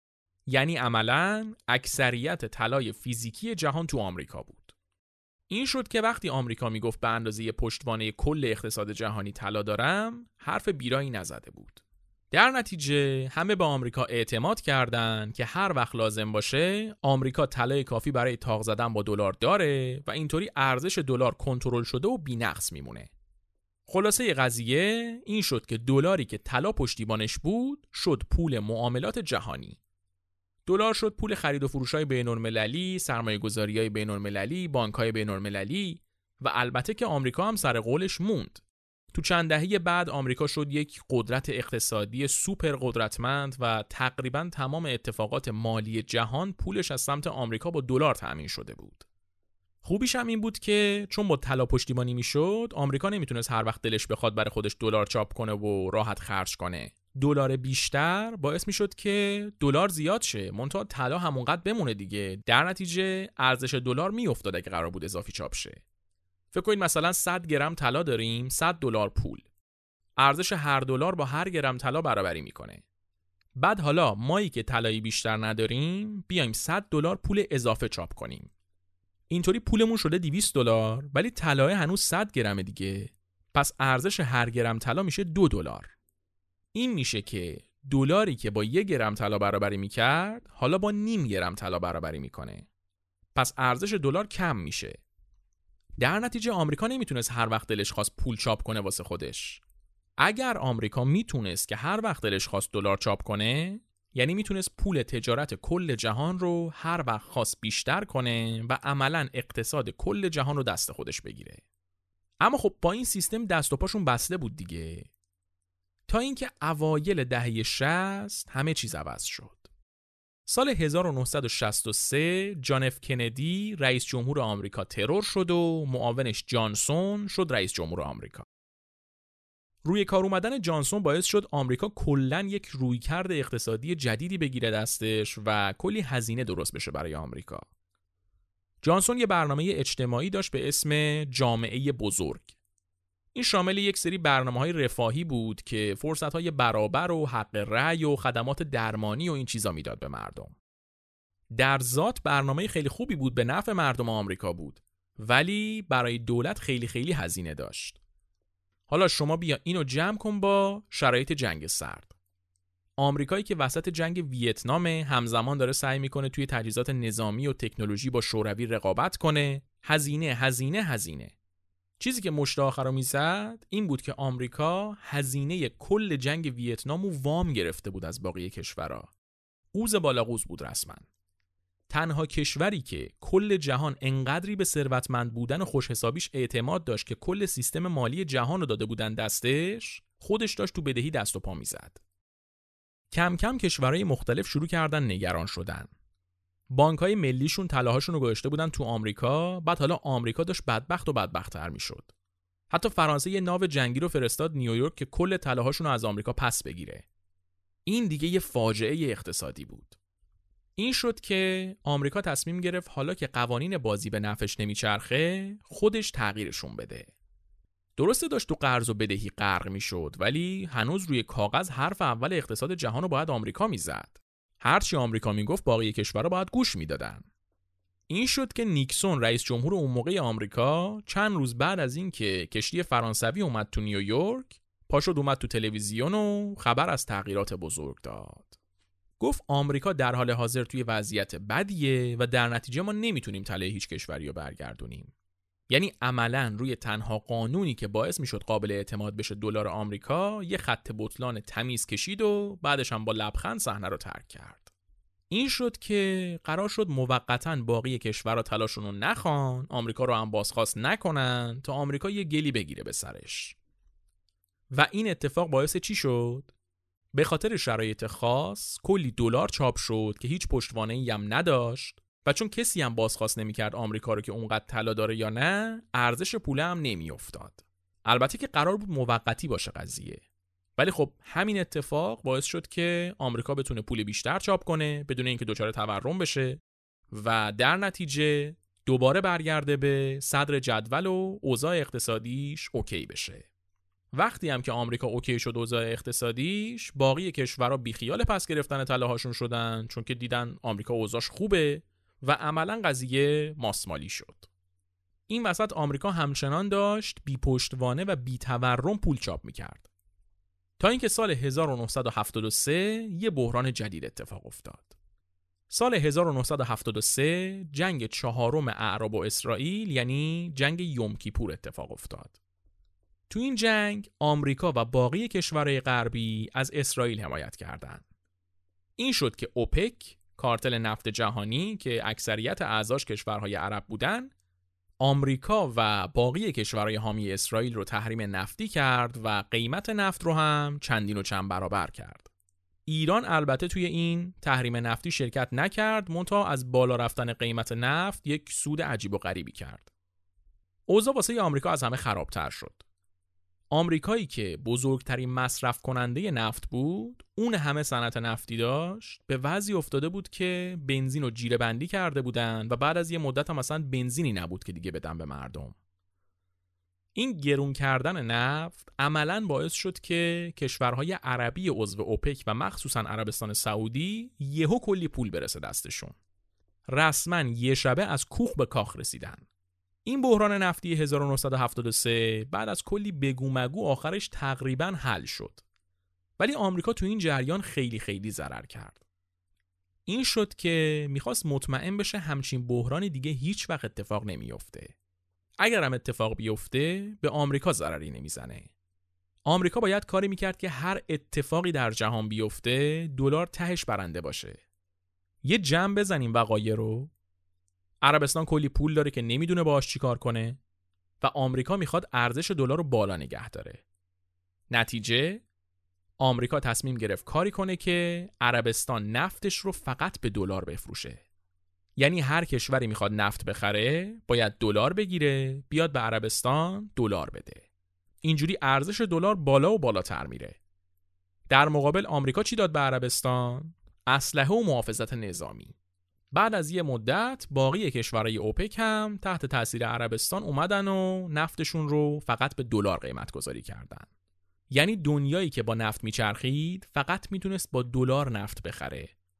یعنی عملاً اکثریت طلای فیزیکی جهان تو آمریکا بود. این شد که وقتی آمریکا میگفت به اندازه پشتوانه کل اقتصاد جهانی طلا دارم، حرف بیرایی نزده بود. در نتیجه همه به آمریکا اعتماد کردند که هر وقت لازم باشه آمریکا طلای کافی برای تاق زدن با دلار داره و اینطوری ارزش دلار کنترل شده و بی‌نقص میمونه. خلاصه قضیه این شد که دلاری که طلا پشتیبانش بود شد پول معاملات جهانی. دلار شد پول خرید و فروش‌های بین‌المللی، سرمایه‌گذاری‌های بین‌المللی، بانک‌های بین‌المللی و البته که آمریکا هم سر قولش موند. تو چند دهه بعد آمریکا شد یک قدرت اقتصادی سوپر قدرتمند و تقریباً تمام اتفاقات مالی جهان پولش از سمت آمریکا با دلار تامین شده بود. خوبیش هم این بود که چون با طلا پشتیبانی میشد، آمریکا نمیتونست هر وقت دلش بخواد برای خودش دلار چاپ کنه و راحت خرج کنه. دلار بیشتر باعث میشد که دلار زیاد شه، منتها طلا همونقدر بمونه دیگه. در نتیجه ارزش دلار میافتاد اگه قرار بود اضافی چاپ شه. فکر کنید مثلا 100 گرم طلا داریم، $100 پول. ارزش هر دلار با هر گرم طلا برابری میکنه. بعد حالا مایی که طلایی بیشتر نداریم، بیایم $100 پول اضافه چاپ کنیم. اینطوری پولمون شده $200 ولی طلا هنوز 100 گرمه دیگه. پس ارزش هر گرم طلا میشه $2. این میشه که دلاری که با 1 گرم طلا برابری میکرد حالا با نیم گرم طلا برابری میکنه. پس ارزش دلار کم میشه. در نتیجه آمریکا نمیتونست هر وقت دلش خواست پول چاپ کنه واسه خودش. اگر آمریکا میتونست که هر وقت دلش خواست دلار چاپ کنه، یعنی میتونست پول تجارت کل جهان رو هر وقت خواست بیشتر کنه و عملاً اقتصاد کل جهان رو دست خودش بگیره. اما خب با این سیستم دست و پاشون بسته بود دیگه. تا اینکه اوایل دهه 60 همه چیز عوض شد. سال 1963 جان اف کندی رئیس جمهور آمریکا ترور شد و معاونش جانسون شد رئیس جمهور آمریکا. روی کار اومدن جانسون باعث شد آمریکا کلاً یک رویکرد اقتصادی جدیدی بگیره دستش و کلی هزینه درست بشه برای آمریکا. جانسون یه برنامه اجتماعی داشت به اسم جامعه بزرگ. این شامل یک سری برنامه‌های رفاهی بود که فرصت‌های برابر و حق رأی و خدمات درمانی و این چیزا میداد به مردم. در ذات برنامه خیلی خوبی بود، به نفع مردم آمریکا بود، ولی برای دولت خیلی خیلی هزینه داشت. حالا شما بیا اینو جمع کن با شرایط جنگ سرد. آمریکایی که وسط جنگ ویتنام همزمان داره سعی میکنه توی تجهیزات نظامی و تکنولوژی با شوروی رقابت کنه، هزینه. چیزی که مشت آخر رو میزد این بود که آمریکا هزینه کل جنگ ویتنامو وام گرفته بود از باقی کشورها. اوز بالاقوز بود رسما. تنها کشوری که کل جهان انقدری به ثروتمند بودن و خوش حسابیش اعتماد داشت که کل سیستم مالی جهان رو داده بودن دستش، خودش داشت تو بدهی دست و پا میزد. کم کم کشورهای مختلف شروع کردن نگران شدن. بانک‌های ملیشون طلاهاشون رو گذاشته بودن تو آمریکا، بعد حالا آمریکا داشت بدبخت و بدبخت‌تر میشد. حتی فرانسه یه ناو جنگی رو فرستاد نیویورک که کل طلاهاشون رو از آمریکا پس بگیره. این دیگه یه فاجعه اقتصادی بود. این شد که آمریکا تصمیم گرفت حالا که قوانین بازی به نفعش نمیچرخه، خودش تغییرشون بده. درسته داشت تو قرض و بدهی غرق میشد، ولی هنوز روی کاغذ حرف اول اقتصاد جهان رو باید آمریکا میزد. هرچی آمریکا میگفت باقی کشورها باید گوش میدادن. این شد که نیکسون رئیس جمهور اون موقع آمریکا چند روز بعد از این که کشتی فرانسوی اومد تو نیویورک، پاشد اومد تو تلویزیون و خبر از تغییرات بزرگ داد. گفت آمریکا در حال حاضر توی وضعیت بدیه و در نتیجه ما نمیتونیم تله هیچ کشوری رو برگردونیم. یعنی عملاً روی تنها قانونی که باعث میشد قابل اعتماد بشه دلار آمریکا یه خط بطلان تمیز کشید و بعدش هم با لبخند صحنه رو ترک کرد. این شد که قرار شد موقتاً باقی کشورها تلاشون رو نخوان، آمریکا رو هم بازخواست نکنن تا آمریکا یه گلی بگیره به سرش. و این اتفاق باعث چی شد؟ به خاطر شرایط خاص کلی دلار چاپ شد که هیچ پشتوانه‌ای هم نداشت و چون کسی هم بازخواست نمی‌کرد آمریکا رو که اونقدر طلا داره یا نه، ارزش پول هم نمی‌افتاد. البته که قرار بود موقتی باشه قضیه، ولی خب همین اتفاق باعث شد که آمریکا بتونه پول بیشتر چاپ کنه بدون اینکه دچار تورم بشه و در نتیجه دوباره برگرده به صدر جدول و اوضاع اقتصادیش اوکی بشه. وقتی هم که آمریکا اوکی شد اوضاع اقتصادیش، باقی کشورها بیخیال پس گرفتن طلاهاشون شدن چون که دیدن آمریکا اوضاعش خوبه و عملاً قضیه ماسمالی شد. این وسط آمریکا همچنان داشت بی پشتوانه و بی تورم پول چاپ میکرد تا اینکه سال 1973 یه بحران جدید اتفاق افتاد. سال 1973 جنگ چهارم اعراب و اسرائیل یعنی جنگ یوم کیپور اتفاق افتاد. تو این جنگ آمریکا و باقی کشورهای غربی از اسرائیل حمایت کردند. این شد که اوپک، کارتل نفت جهانی که اکثریت اعضاش کشورهای عرب بودن، آمریکا و باقی کشورهای حامی اسرائیل رو تحریم نفتی کرد و قیمت نفت رو هم چندین و چند برابر کرد. ایران البته توی این تحریم نفتی شرکت نکرد، منتها از بالا رفتن قیمت نفت یک سود عجیب و غریبی کرد. اوضاع واسه آمریکا از همه خرابتر شد. آمریکایی که بزرگترین مصرف کننده نفت بود، اون همه صنعت نفتی داشت، به وضعی افتاده بود که بنزین رو جیره بندی کرده بودن و بعد از یه مدت هم اصلا بنزینی نبود که دیگه بدن به مردم. این گرون کردن نفت عملاً باعث شد که کشورهای عربی عضو اوپک و مخصوصاً عربستان سعودی یهو کلی پول برسه دستشون. رسماً یه شبه از کوخ به کاخ رسیدن. این بحران نفتی 1973 بعد از کلی بگو مگو آخرش تقریباً حل شد. ولی آمریکا تو این جریان خیلی خیلی ضرر کرد. این شد که میخواست مطمئن بشه همچین بحرانی دیگه هیچ وقت اتفاق نمیفته. اگر هم اتفاق بیفته به آمریکا ضرری نمیزنه. آمریکا باید کاری میکرد که هر اتفاقی در جهان بیفته دلار تهش برنده باشه. یه جمع بزنیم وقایع رو. عربستان کلی پول داره که نمیدونه باهاش چیکار کنه و آمریکا میخواد ارزش دلار رو بالا نگه داره. نتیجه آمریکا تصمیم گرفت کاری کنه که عربستان نفتش رو فقط به دلار بفروشه. یعنی هر کشوری میخواد نفت بخره باید دلار بگیره، بیاد به عربستان دلار بده. اینجوری ارزش دلار بالا و بالاتر میره. در مقابل آمریکا چی داد به عربستان؟ اسلحه و محافظت نظامی. بعد از یه مدت باقی کشورهای اوپک هم تحت تاثیر عربستان اومدن و نفتشون رو فقط به دلار قیمت گذاری کردن. یعنی دنیایی که با نفت میچرخید فقط میتونست با دلار نفت بخره.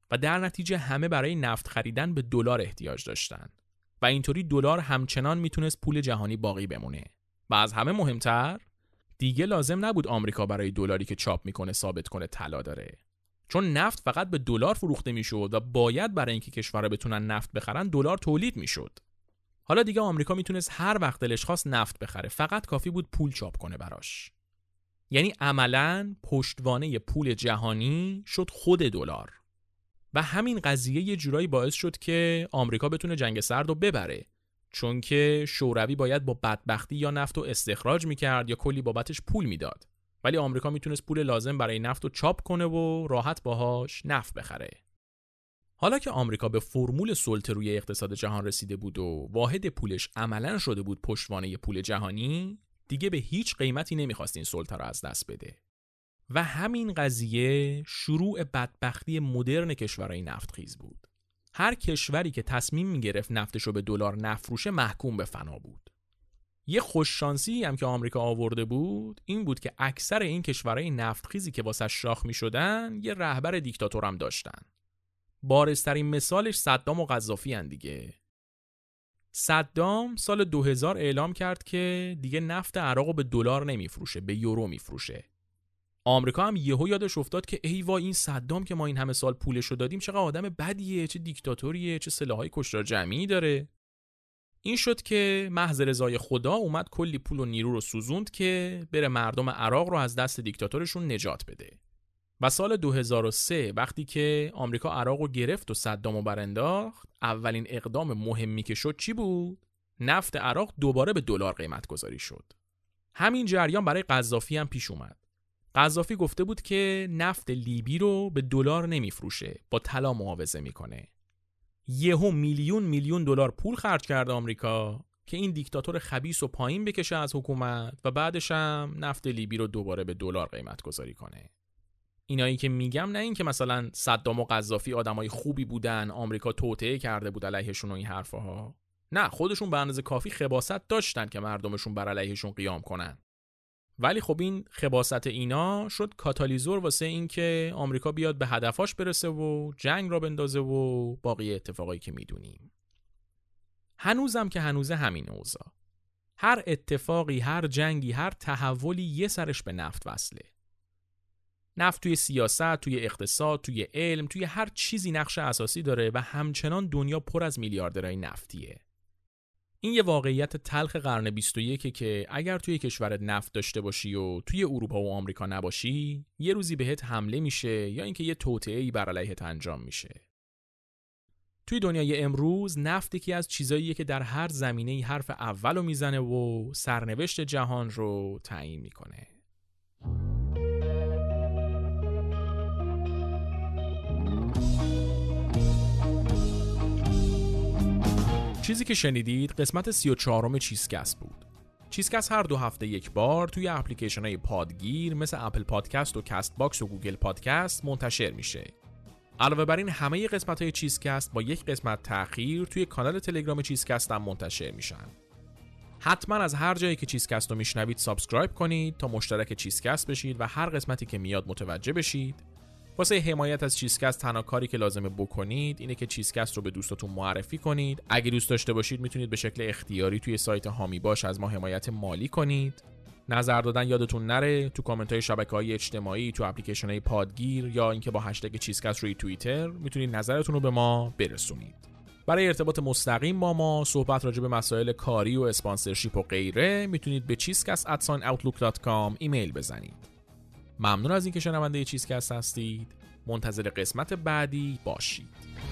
و در نتیجه همه برای نفت خریدن به دلار احتیاج داشتن و اینطوری دلار همچنان میتونست پول جهانی باقی بمونه. و از همه مهمتر دیگه لازم نبود آمریکا برای دلاری که چاپ میکنه ثابت کنه طلا داره، چون نفت فقط به دلار فروخته میشد و باید برای اینکه کشورها بتونن نفت بخرن دلار تولید میشد. حالا دیگه آمریکا میتونست هر وقت دلش خواست نفت بخره، فقط کافی بود پول چاپ کنه براش. یعنی عملاً پشتوانه پول جهانی شد خود دلار. و همین قضیه یه جورایی باعث شد که آمریکا بتونه جنگ سرد رو ببره، چون که شوروی باید با بدبختی یا نفت رو استخراج میکرد یا کلی بابتش پول میداد، ولی آمریکا میتونست پول لازم برای نفت رو چاپ کنه و راحت باهاش نفت بخره. حالا که آمریکا به فرمول سلطه روی اقتصاد جهان رسیده بود و واحد پولش عملاً شده بود پشتوانه پول جهانی، دیگه به هیچ قیمتی نمیخواست این سلطه رو از دست بده. و همین قضیه شروع بدبختی مدرن کشورهای نفتخیز بود. هر کشوری که تصمیم میگرفت نفتش رو به دلار نفروشه محکوم به فنا بود. یه خوششانسی هم که آمریکا آورده بود این بود که اکثر این کشورهای نفتخیزی که واسه شاخ میشدن یه رهبر دیکتاتور هم داشتن. بارزترین مثالش صدام و قذافی هن دیگه. صدام سال 2000 اعلام کرد که دیگه نفت عراق رو به دلار نمیفروشه، به یورو میفروشه. آمریکا هم یهو یادش افتاد که ای وای این صدام که ما این همه سال پولشو دادیم چقدر آدم بدیه، چه دیکتاتوریه، چه سلاحای کشتار جمعی داره. این شد که محض رضای خدا اومد کلی پول و نیرو رو سوزوند که بره مردم عراق رو از دست دیکتاتورشون نجات بده. و سال 2003 وقتی که آمریکا عراق رو گرفت و صدامو برانداخت، اولین اقدام مهمی که شد چی بود؟ نفت عراق دوباره به دلار قیمت گذاری شد. همین جریان برای قذافی هم پیش اومد. قذافی گفته بود که نفت لیبی رو به دلار نمیفروشه، با طلا معاوضه میکنه. یهو میلیون دلار پول خرج کرده آمریکا که این دیکتاتور خبیث رو پایین بکشه از حکومت و بعدش هم نفت لیبی رو دوباره به دلار قیمت گذاری کنه. اینایی که میگم نه این که مثلا صدام و قذافی آدمای خوبی بودن، آمریکا توطئه کرده بود علیهشون و این حرفاها. نه، خودشون به اندازه کافی خباثت داشتن که مردمشون بر علیهشون قیام کنن. ولی خب این خباثت اینا شد کاتالیزور واسه این که آمریکا بیاد به هدفاش برسه و جنگ را بندازه و باقی اتفاقایی که میدونیم. هنوزم که هنوزه همین اوضاع. هر اتفاقی، هر جنگی، هر تحولی یه سرش به نفت وصله. نفت توی سیاست، توی اقتصاد، توی علم، توی هر چیزی نقش اساسی داره و همچنان دنیا پر از میلیاردرهای نفتیه. این یه واقعیت تلخ قرن 21 که اگر توی کشورت نفت داشته باشی و توی اروپا و آمریکا نباشی، یه روزی بهت حمله میشه یا اینکه یه توطئه‌ای بر علیهت انجام میشه. توی دنیای امروز نفت یکی از چیزاییه که در هر زمینه‌ای حرف اولو میزنه و سرنوشت جهان رو تعیین میکنه. چیزی که شنیدید قسمت 34م چیزکست بود. چیزکست هر 2 هفته یک بار توی اپلیکیشن‌های پادگیر مثل اپل پادکست و کست باکس و گوگل پادکست منتشر میشه. علاوه بر این همه قسمت‌های چیزکست با یک قسمت تأخیر توی کانال تلگرام چیزکست هم منتشر میشن. حتما از هر جایی که چیزکست رو میشنوید سابسکرایب کنید تا مشترک چیزکست بشید و هر قسمتی که میاد متوجه بشید. واسه حمایت از چیزکست تنها کاری که لازمه بکنید اینه که چیزکست رو به دوستاتون معرفی کنید. اگه دوست داشته باشید میتونید به شکل اختیاری توی سایت هامی باش از ما حمایت مالی کنید. نظر دادن یادتون نره، تو کامنت‌های شبکه‌های اجتماعی، تو اپلیکیشن‌های پادگیر یا اینکه با هشتگ چیزکست روی توییتر میتونید نظرتون رو به ما برسونید. برای ارتباط مستقیم با ما، صحبت راجع به مسائل کاری و اسپانسرشیپ و غیره میتونید به cheezcast@outlook.com ایمیل بزنید. ممنون از اینکه شنونده چیزکست هستید. منتظر قسمت بعدی باشید.